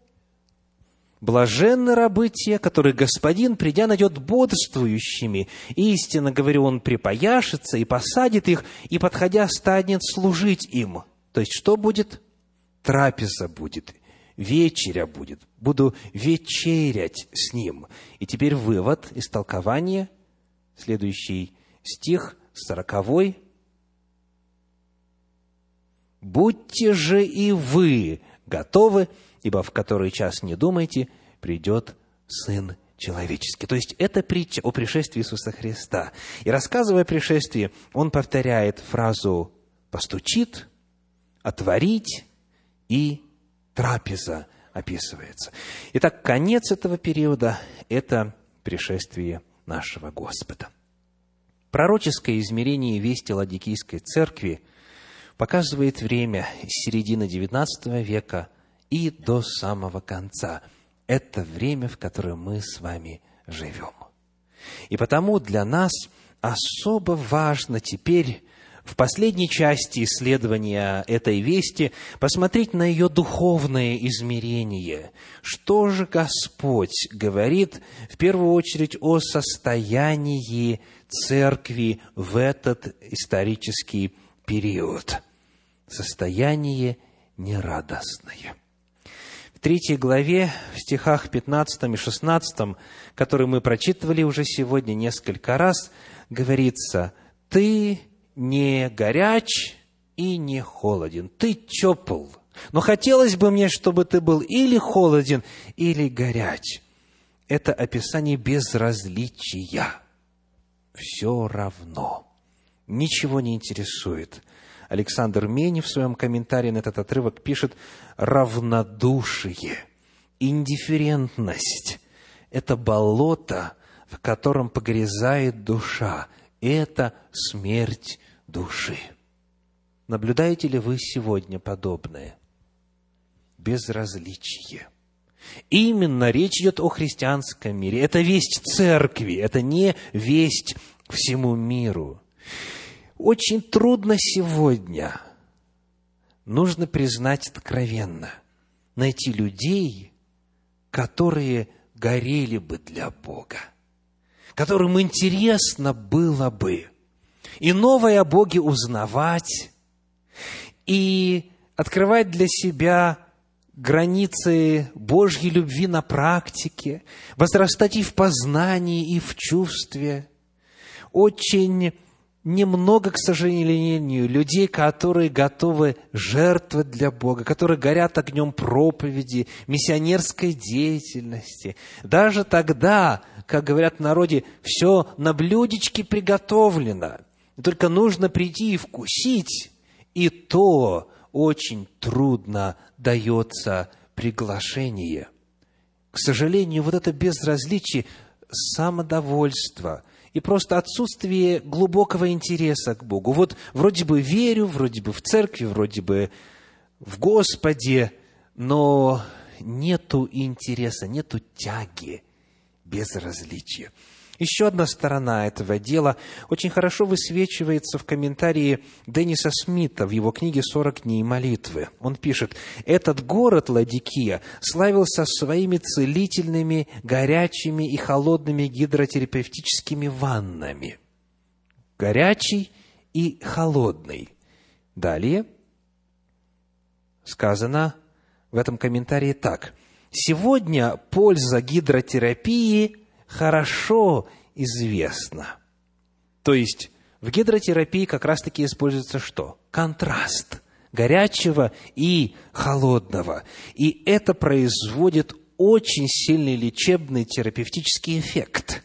Блаженны рабы те, которые господин, придя, найдет бодрствующими. Истинно говорю, он припояшется и посадит их, и, подходя, станет служить им». То есть, что будет? Трапеза будет, вечеря будет. Буду вечерять с ним. И теперь вывод из толкования. Следующий стих, сороковой. «Будьте же и вы готовы, ибо в который час не думайте, придет Сын Человеческий». То есть, это притча о пришествии Иисуса Христа. И рассказывая о пришествии, Он повторяет фразу «постучит», «отворить» и «трапеза» описывается. Итак, конец этого периода – это пришествие нашего Господа. Пророческое измерение вести Ладикийской церкви показывает время с середины девятнадцатого века и до самого конца. Это время, в которое мы с вами живем. И потому для нас особо важно теперь в последней части исследования этой вести посмотреть на ее духовное измерение. Что же Господь говорит в первую очередь о состоянии церкви в этот исторический период? Состояние нерадостное. В третьей главе, в стихах пятнадцатом и шестнадцатом, которые мы прочитывали уже сегодня несколько раз, говорится: «Ты не горяч и не холоден, ты тепл. Но хотелось бы мне, чтобы ты был или холоден, или горяч». Это описание безразличия. Все равно. Ничего не интересует. Александр Мени в своем комментарии на этот отрывок пишет: равнодушие, индифферентность – это болото, в котором погрязает душа. Это смерть души. Наблюдаете ли вы сегодня подобное? Безразличие. Именно речь идет о христианском мире. Это весть церкви, это не весть всему миру. Очень трудно сегодня, нужно признать откровенно, найти людей, которые горели бы для Бога, которым интересно было бы и новое о Боге узнавать, и открывать для себя границы Божьей любви на практике, возрастать и в познании, и в чувстве. Очень немного, к сожалению, людей, которые готовы жертвовать для Бога, которые горят огнем проповеди, миссионерской деятельности. Даже тогда, как говорят в народе, все на блюдечке приготовлено. Только нужно прийти и вкусить. И то очень трудно дается приглашение. К сожалению, вот это безразличие, самодовольство и просто отсутствие глубокого интереса к Богу. Вот вроде бы верю, вроде бы в церкви, вроде бы в Господе, но нету интереса, нету тяги, безразличия. Еще одна сторона этого дела очень хорошо высвечивается в комментарии Денниса Смита в его книге «сорок дней молитвы». Он пишет: «Этот город, Ладикия, славился своими целительными, горячими и холодными гидротерапевтическими ваннами». Горячий и холодный. Далее сказано в этом комментарии так: «Сегодня польза гидротерапии хорошо известна». То есть, в гидротерапии как раз-таки используется что? Контраст горячего и холодного. И это производит очень сильный лечебный терапевтический эффект.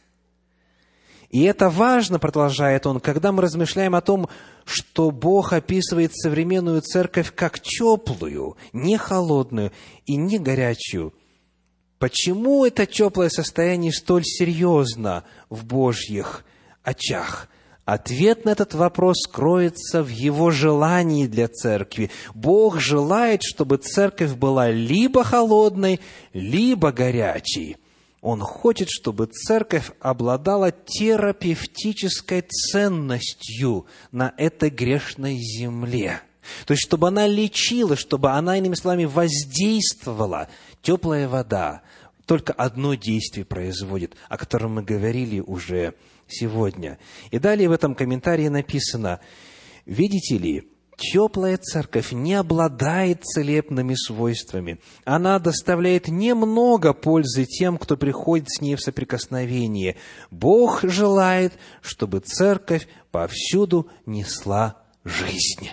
И это важно, продолжает он, когда мы размышляем о том, что Бог описывает современную церковь как теплую, не холодную и не горячую. Почему это теплое состояние столь серьезно в Божьих очах? Ответ на этот вопрос кроется в Его желании для церкви. Бог желает, чтобы церковь была либо холодной, либо горячей. Он хочет, чтобы церковь обладала терапевтической ценностью на этой грешной земле. То есть, чтобы она лечила, чтобы она, иными словами, воздействовала. Теплая вода только одно действие производит, о котором мы говорили уже сегодня. И далее в этом комментарии написано: «Видите ли, теплая церковь не обладает целебными свойствами. Она доставляет немного пользы тем, кто приходит с ней в соприкосновение. Бог желает, чтобы церковь повсюду несла жизнь».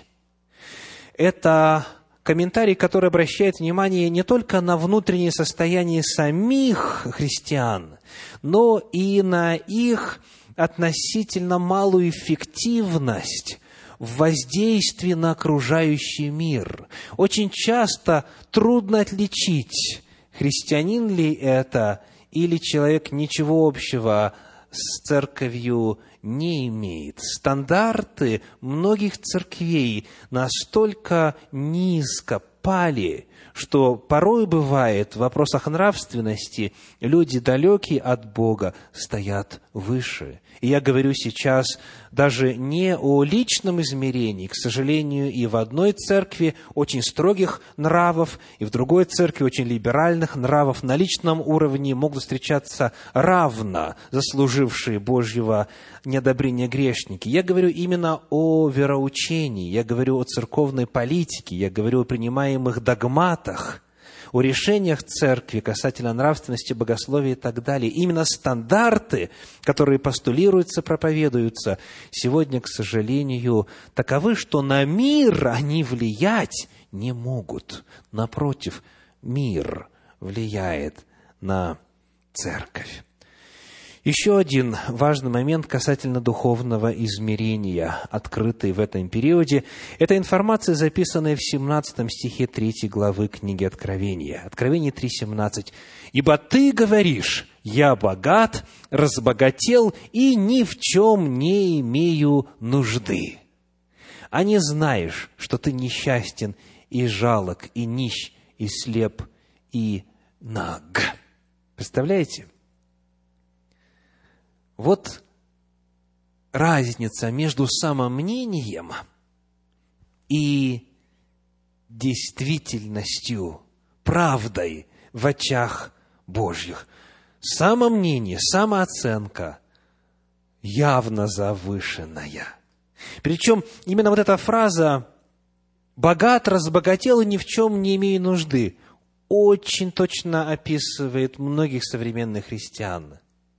Это комментарий, который обращает внимание не только на внутреннее состояние самих христиан, но и на их относительно малую эффективность в воздействии на окружающий мир. Очень часто трудно отличить, христианин ли это, или человек ничего общего с церковью не имеет. Стандарты многих церквей настолько низко пали, что порой бывает в вопросах нравственности люди, далекие от Бога, стоят выше. И я говорю сейчас даже не о личном измерении. К сожалению, и в одной церкви очень строгих нравов, и в другой церкви очень либеральных нравов на личном уровне могут встречаться равно заслужившие Божьего неодобрения грешники. Я говорю именно о вероучении, я говорю о церковной политике, я говорю о принимаемых догматах, о решениях церкви касательно нравственности, богословия и так далее. Именно стандарты, которые постулируются, проповедуются, сегодня, к сожалению, таковы, что на мир они влиять не могут. Напротив, мир влияет на церковь. Еще один важный момент касательно духовного измерения, открытый в этом периоде, это информация, записанная в семнадцатом стихе третьей главы книги Откровения. Откровение три семнадцать. «Ибо ты говоришь: я богат, разбогател и ни в чем не имею нужды. А не знаешь, что ты несчастен и жалок, и нищ, и слеп, и наг». Представляете? Вот разница между самомнением и действительностью, правдой в очах Божьих. Самомнение, самооценка явно завышенная. Причем именно вот эта фраза «богат, разбогател и ни в чем не имею нужды» очень точно описывает многих современных христиан.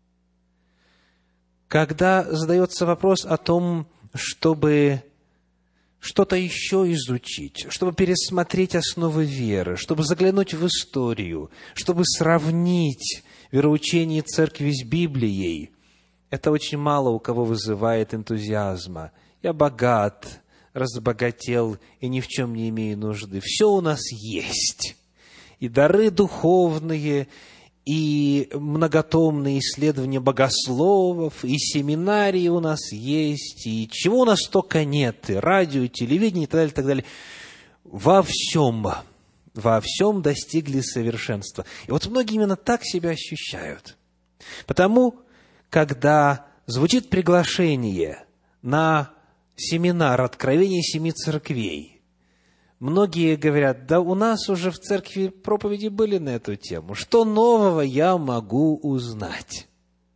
Когда задается вопрос о том, чтобы что-то еще изучить, чтобы пересмотреть основы веры, чтобы заглянуть в историю, чтобы сравнить вероучении церкви с Библией, это очень мало у кого вызывает энтузиазма. Я богат, разбогател и ни в чем не имею нужды. Все у нас есть. И дары духовные, и многотомные исследования богословов, и семинарии у нас есть, и чего у нас только нет, и радио, и телевидение, и так далее, и так далее. Во всем, во всем достигли совершенства. И вот многие именно так себя ощущают. Потому, когда звучит приглашение на семинар «Откровение семи церквей», многие говорят: да у нас уже в церкви проповеди были на эту тему. Что нового я могу узнать?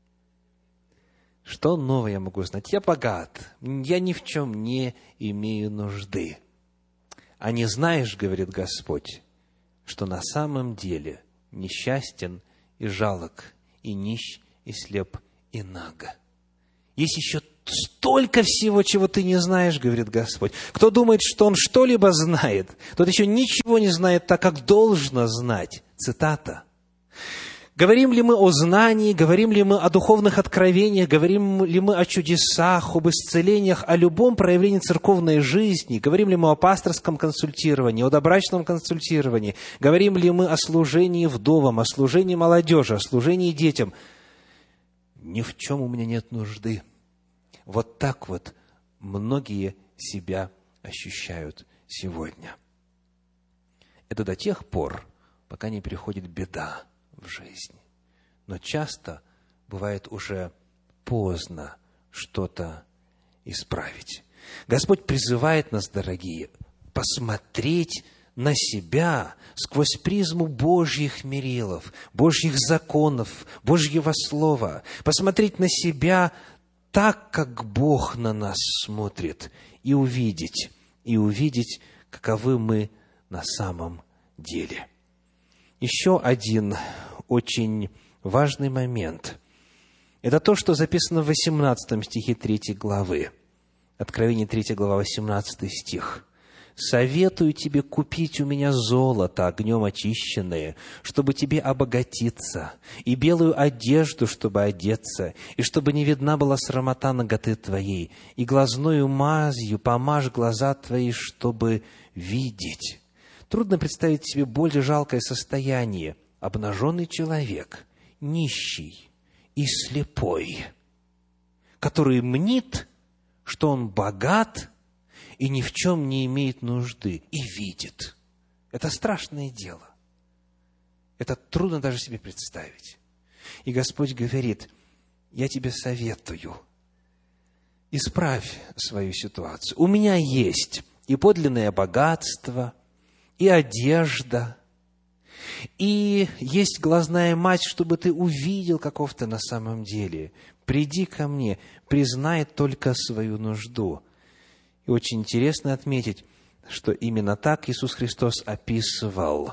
Что нового я могу узнать? Я богат, я ни в чем не имею нужды. А не знаешь, говорит Господь, что на самом деле несчастен и жалок, и нищ, и слеп, и наг. Есть еще столько всего, чего ты не знаешь, говорит Господь. Кто думает, что он что-либо знает, тот еще ничего не знает так, как должно знать. Цитата. Говорим ли мы о знании, говорим ли мы о духовных откровениях, говорим ли мы о чудесах, об исцелениях, о любом проявлении церковной жизни, говорим ли мы о пасторском консультировании, о добрачном консультировании, говорим ли мы о служении вдовам, о служении молодежи, о служении детям? Ни в чем у меня нет нужды. Вот так вот многие себя ощущают сегодня. Это до тех пор, пока не приходит беда в жизни. Но часто бывает уже поздно что-то исправить. Господь призывает нас, дорогие, посмотреть на себя сквозь призму Божьих мерилов, Божьих законов, Божьего Слова. Посмотреть на себя так, как Бог на нас смотрит, и увидеть, и увидеть, каковы мы на самом деле. Еще один очень важный момент – это то, что записано в восемнадцатом стихе третьей главы. Откровение третья глава, восемнадцатый стих. «Советую тебе купить у меня золото, огнем очищенное, чтобы тебе обогатиться, и белую одежду, чтобы одеться, и чтобы не видна была срамота наготы твоей, и глазною мазью помажь глаза твои, чтобы видеть». Трудно представить себе более жалкое состояние. Обнаженный человек, нищий и слепой, который мнит, что он богат и ни в чем не имеет нужды, и видит. Это страшное дело. Это трудно даже себе представить. И Господь говорит: я тебе советую, исправь свою ситуацию. У меня есть и подлинное богатство, и одежда, и есть глазная мать, чтобы ты увидел, каков ты на самом деле. Приди ко мне, признай только свою нужду. И очень интересно отметить, что именно так Иисус Христос описывал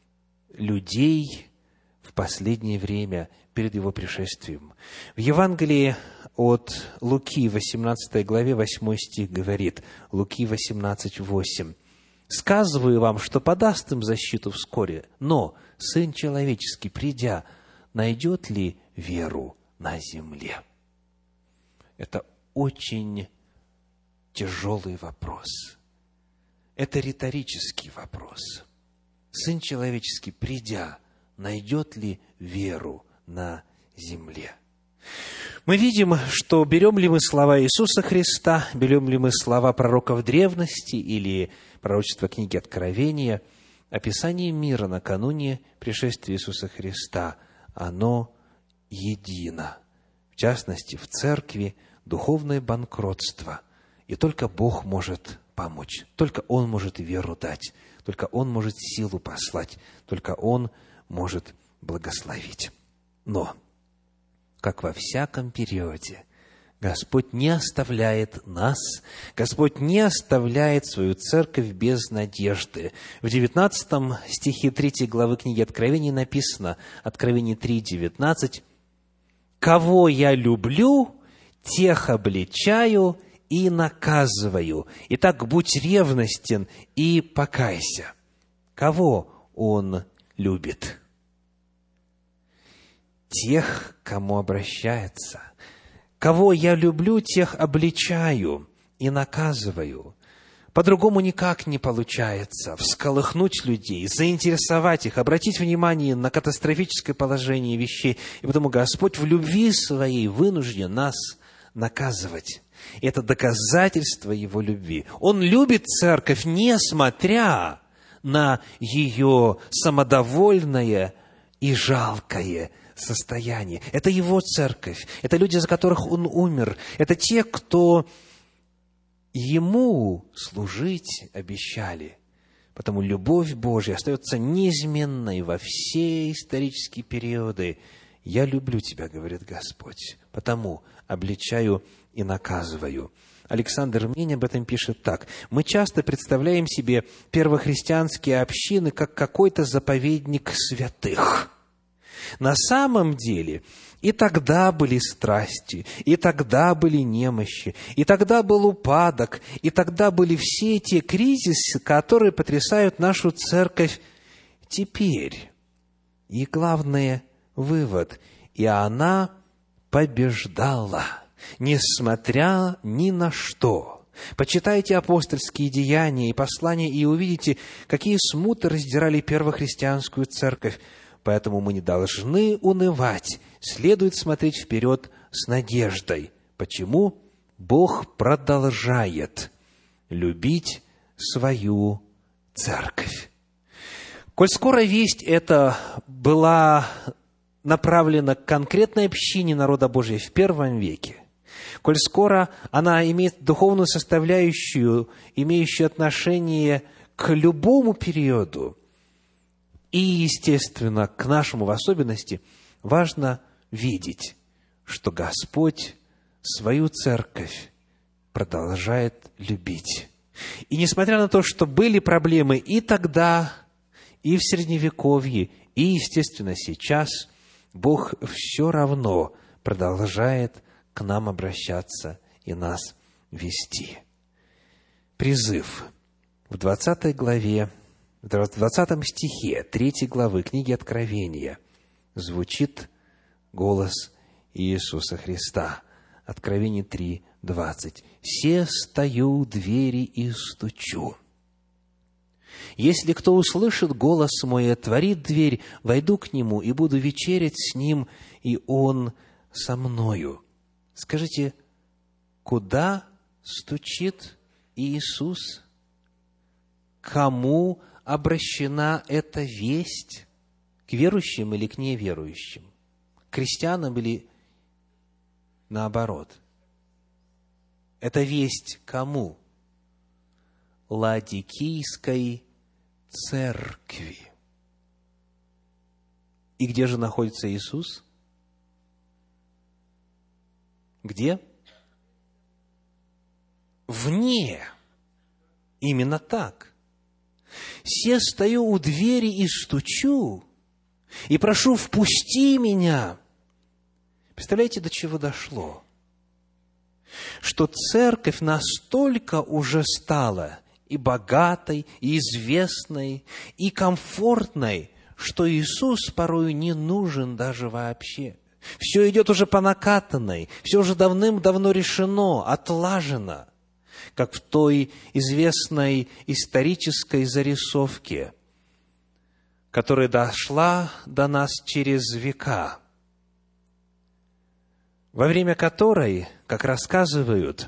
людей в последнее время перед Его пришествием. В Евангелии от Луки, восемнадцатой главе, восьмой стих говорит, Луки восемнадцать, восемь. «Сказываю вам, что подаст им защиту вскоре, но Сын Человеческий, придя, найдет ли веру на земле?» Это очень тяжелый вопрос. Это риторический вопрос. Сын Человеческий, придя, найдет ли веру на земле? Мы видим, что берем ли мы слова Иисуса Христа, берем ли мы слова пророков древности или пророчества книги Откровения, описание мира накануне пришествия Иисуса Христа, оно едино. В частности, в церкви духовное банкротство. И только Бог может помочь, только Он может веру дать, только Он может силу послать, только Он может благословить. Но, как во всяком периоде, Господь не оставляет нас, Господь не оставляет свою церковь без надежды. В девятнадцатом стихе третьей главы книги Откровения написано, Откровение три, девятнадцать, «Кого я люблю, тех обличаю и наказываю. Итак, будь ревностен и покайся». Кого Он любит? тех, к кому обращается. Кого я люблю, тех обличаю и наказываю. По-другому никак не получается всколыхнуть людей, заинтересовать их, обратить внимание на катастрофическое положение вещей. И потому Господь в любви Своей вынужден нас наказывать. Это доказательство Его любви. Он любит церковь, несмотря на ее самодовольное и жалкое состояние. Это Его церковь. Это люди, за которых Он умер. Это те, кто Ему служить обещали. Потому любовь Божья остается неизменной во все исторические периоды. «Я люблю тебя, — говорит Господь, — потому обличаю и наказываю». Александр Мнень об этом пишет так. «Мы часто представляем себе первохристианские общины как какой-то заповедник святых. На самом деле и тогда были страсти, и тогда были немощи, и тогда был упадок, и тогда были все те кризисы, которые потрясают нашу церковь теперь. И главное, вывод, и она побеждала, несмотря ни на что. Почитайте апостольские деяния и послания, и увидите, какие смуты раздирали первохристианскую церковь. Поэтому мы не должны унывать, следует смотреть вперед с надеждой. Почему? Бог продолжает любить свою церковь. Коль скоро весть эта была направлена к конкретной общине народа Божия в первом веке, коль скоро она имеет духовную составляющую, имеющую отношение к любому периоду, и, естественно, к нашему в особенности, важно видеть, что Господь свою церковь продолжает любить. И несмотря на то, что были проблемы и тогда, и в Средневековье, и, естественно, сейчас, Бог все равно продолжает к нам обращаться и нас вести. Призыв в двадцатой главе, в двадцатом стихе третьей главы книги Откровения звучит голос Иисуса Христа. Откровение три, двадцать. «Се стою у двери и стучу. Если кто услышит голос мой и отворит дверь, войду к нему и буду вечерять с ним, и он со мною». Скажите, куда стучит Иисус? Кому обращена эта весть? К верующим или к неверующим? К крестьянам или наоборот? Эта весть кому? Ладикийской церкви. И где же находится Иисус? Где? Вне. Именно так. «Се стою у двери и стучу, и прошу, впусти меня». Представляете, до чего дошло? Что церковь настолько уже стала и богатой, и известной, и комфортной, что Иисус порою не нужен даже вообще. Все идет уже по накатанной, все уже давным-давно решено, отлажено, как в той известной исторической зарисовке, которая дошла до нас через века, во время которой, как рассказывают,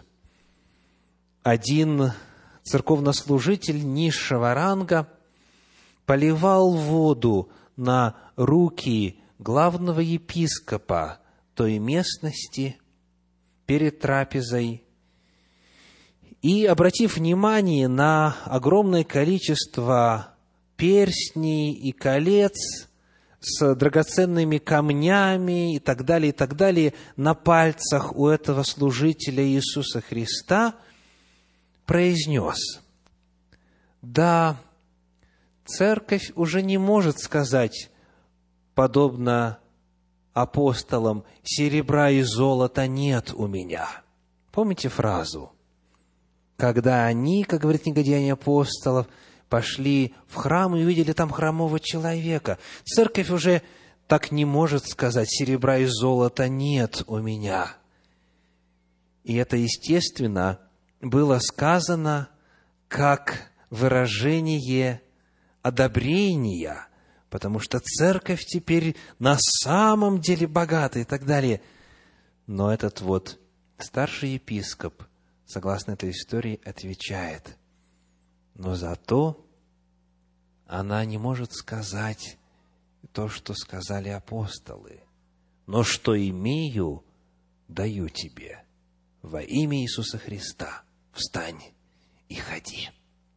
один церковнослужитель низшего ранга поливал воду на руки главного епископа той местности перед трапезой, и, обратив внимание на огромное количество перстней и колец с драгоценными камнями и так далее, и так далее на пальцах у этого служителя Иисуса Христа, произнес: «Да, церковь уже не может сказать, подобно апостолам, серебра и золота нет у меня». Помните фразу? Когда они, как говорит книга Деяний апостолов, пошли в храм и увидели там хромого человека. Церковь уже так не может сказать: серебра и золота нет у меня. И это, естественно, было сказано как выражение одобрения, потому что церковь теперь на самом деле богата и так далее. Но этот вот старший епископ, согласно этой истории, отвечает: но зато она не может сказать то, что сказали апостолы. Но что имею, даю тебе. Во имя Иисуса Христа встань и ходи.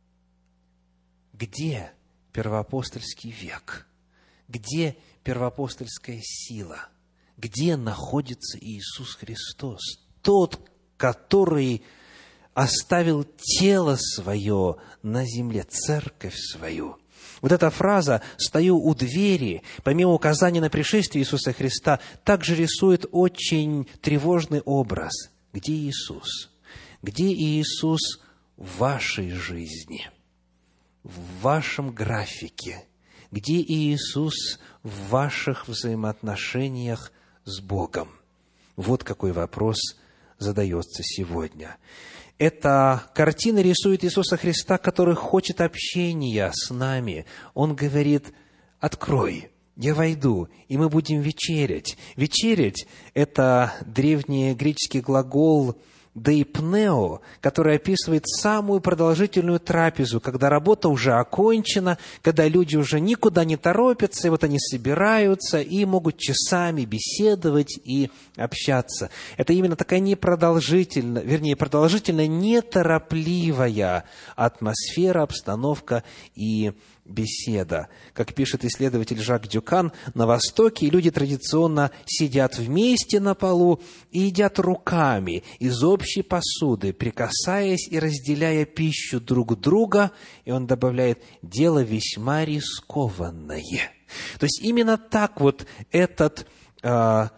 Где первоапостольский век? Где первоапостольская сила? Где находится Иисус Христос? Тот, который оставил тело свое на земле, церковь свою. Вот эта фраза «стою у двери», помимо указания на пришествие Иисуса Христа, также рисует очень тревожный образ. Где Иисус? Где Иисус в вашей жизни, в вашем графике? Где Иисус в ваших взаимоотношениях с Богом? Вот какой вопрос задается сегодня. Эта картина рисует Иисуса Христа, который хочет общения с нами. Он говорит: «Открой, я войду, и мы будем вечерять». Вечерять – это древний греческий глагол «деипнео», который описывает самую продолжительную трапезу, когда работа уже окончена, когда люди уже никуда не торопятся, и вот они собираются и могут часами беседовать и общаться. Это именно такая непродолжительная, вернее, продолжительная, неторопливая атмосфера, обстановка и беседа. Как пишет исследователь Жак Дюкан, на Востоке люди традиционно сидят вместе на полу и едят руками из общей посуды, прикасаясь и разделяя пищу друг друга. И он добавляет: дело весьма рискованное. То есть именно так вот этот э,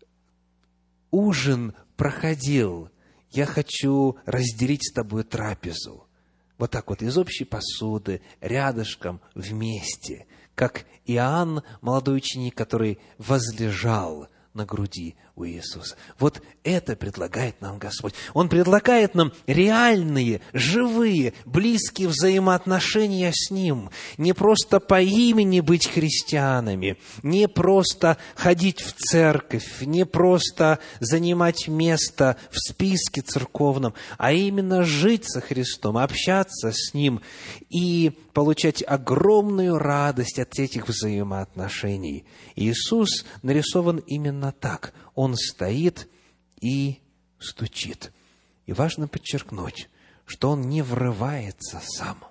ужин проходил. Я хочу разделить с тобой трапезу. Вот так вот, из общей посуды, рядышком, вместе, как Иоанн, молодой ученик, который возлежал на груди у Иисуса. Вот это предлагает нам Господь. Он предлагает нам реальные, живые, близкие взаимоотношения с Ним. Не просто по имени быть христианами, не просто ходить в церковь, не просто занимать место в списке церковном, а именно жить со Христом, общаться с Ним и получать огромную радость от этих взаимоотношений. Иисус нарисован именно так. Он стоит и стучит. И важно подчеркнуть, что Он не врывается сам.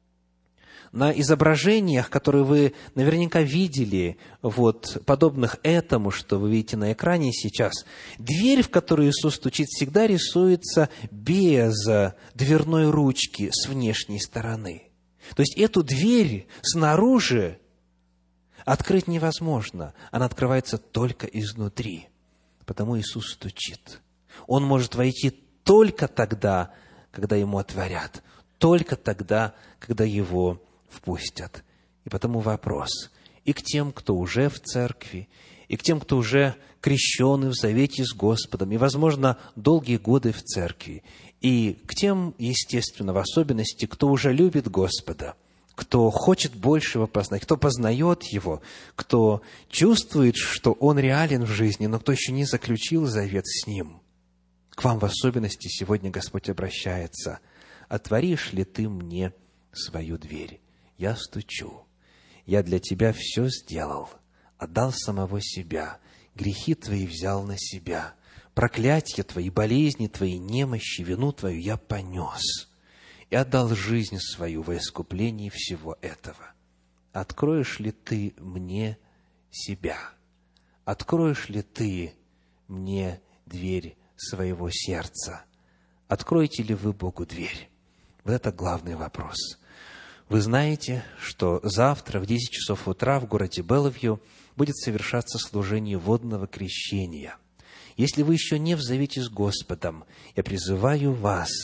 На изображениях, которые вы наверняка видели, вот, подобных этому, что вы видите на экране сейчас, дверь, в которую Иисус стучит, всегда рисуется без дверной ручки с внешней стороны. То есть эту дверь снаружи открыть невозможно. Она открывается только изнутри. Потому Иисус стучит. Он может войти только тогда, когда Ему отворят. Только тогда, когда Его впустят. И потому вопрос и к тем, кто уже в церкви, и к тем, кто уже крещены в завете с Господом, и, возможно, долгие годы в церкви, и к тем, естественно, в особенности, кто уже любит Господа, кто хочет большего познать, кто познает Его, кто чувствует, что Он реален в жизни, но кто еще не заключил завет с Ним. К вам в особенности сегодня Господь обращается: «Отворишь ли ты мне свою дверь? Я стучу. Я для тебя все сделал, отдал самого себя, грехи твои взял на себя, проклятия твои, болезни твои, немощи, вину твою я понес и отдал жизнь свою во искуплении всего этого. Откроешь ли ты мне себя? Откроешь ли ты мне дверь своего сердца? Откроете ли вы Богу дверь?» Вот это главный вопрос. Вы знаете, что завтра в десять часов утра в городе Белловью будет совершаться служение водного крещения. Если вы еще не в завете с Господом, я призываю вас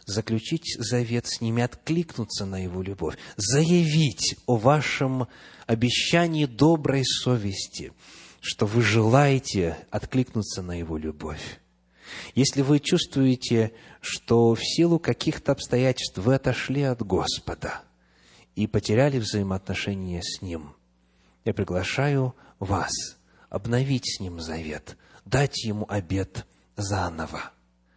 заключить завет с ними, откликнуться на Его любовь, заявить о вашем обещании доброй совести, что вы желаете откликнуться на Его любовь. Если вы чувствуете, что в силу каких-то обстоятельств вы отошли от Господа и потеряли взаимоотношения с Ним, я приглашаю вас обновить с Ним завет, дать Ему обет заново.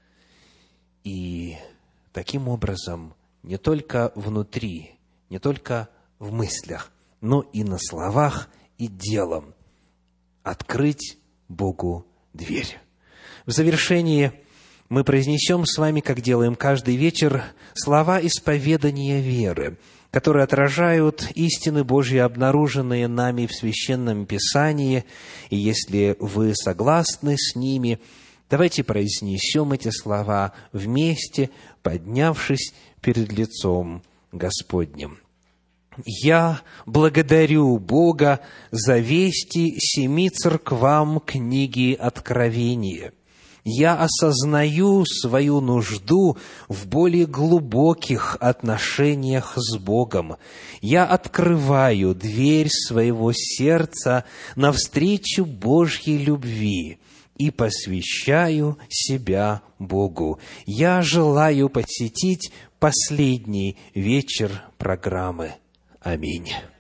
И таким образом не только внутри, не только в мыслях, но и на словах и делом открыть Богу дверь. В завершении мы произнесем с вами, как делаем каждый вечер, слова исповедания веры, которые отражают истины Божьи, обнаруженные нами в Священном Писании. И если вы согласны с ними, давайте произнесем эти слова вместе, поднявшись перед лицом Господним. «Я благодарю Бога за вести семи церквам книги Откровения. Я осознаю свою нужду в более глубоких отношениях с Богом. Я открываю дверь своего сердца навстречу Божьей любви и посвящаю себя Богу. Я желаю посетить последний вечер программы. Аминь».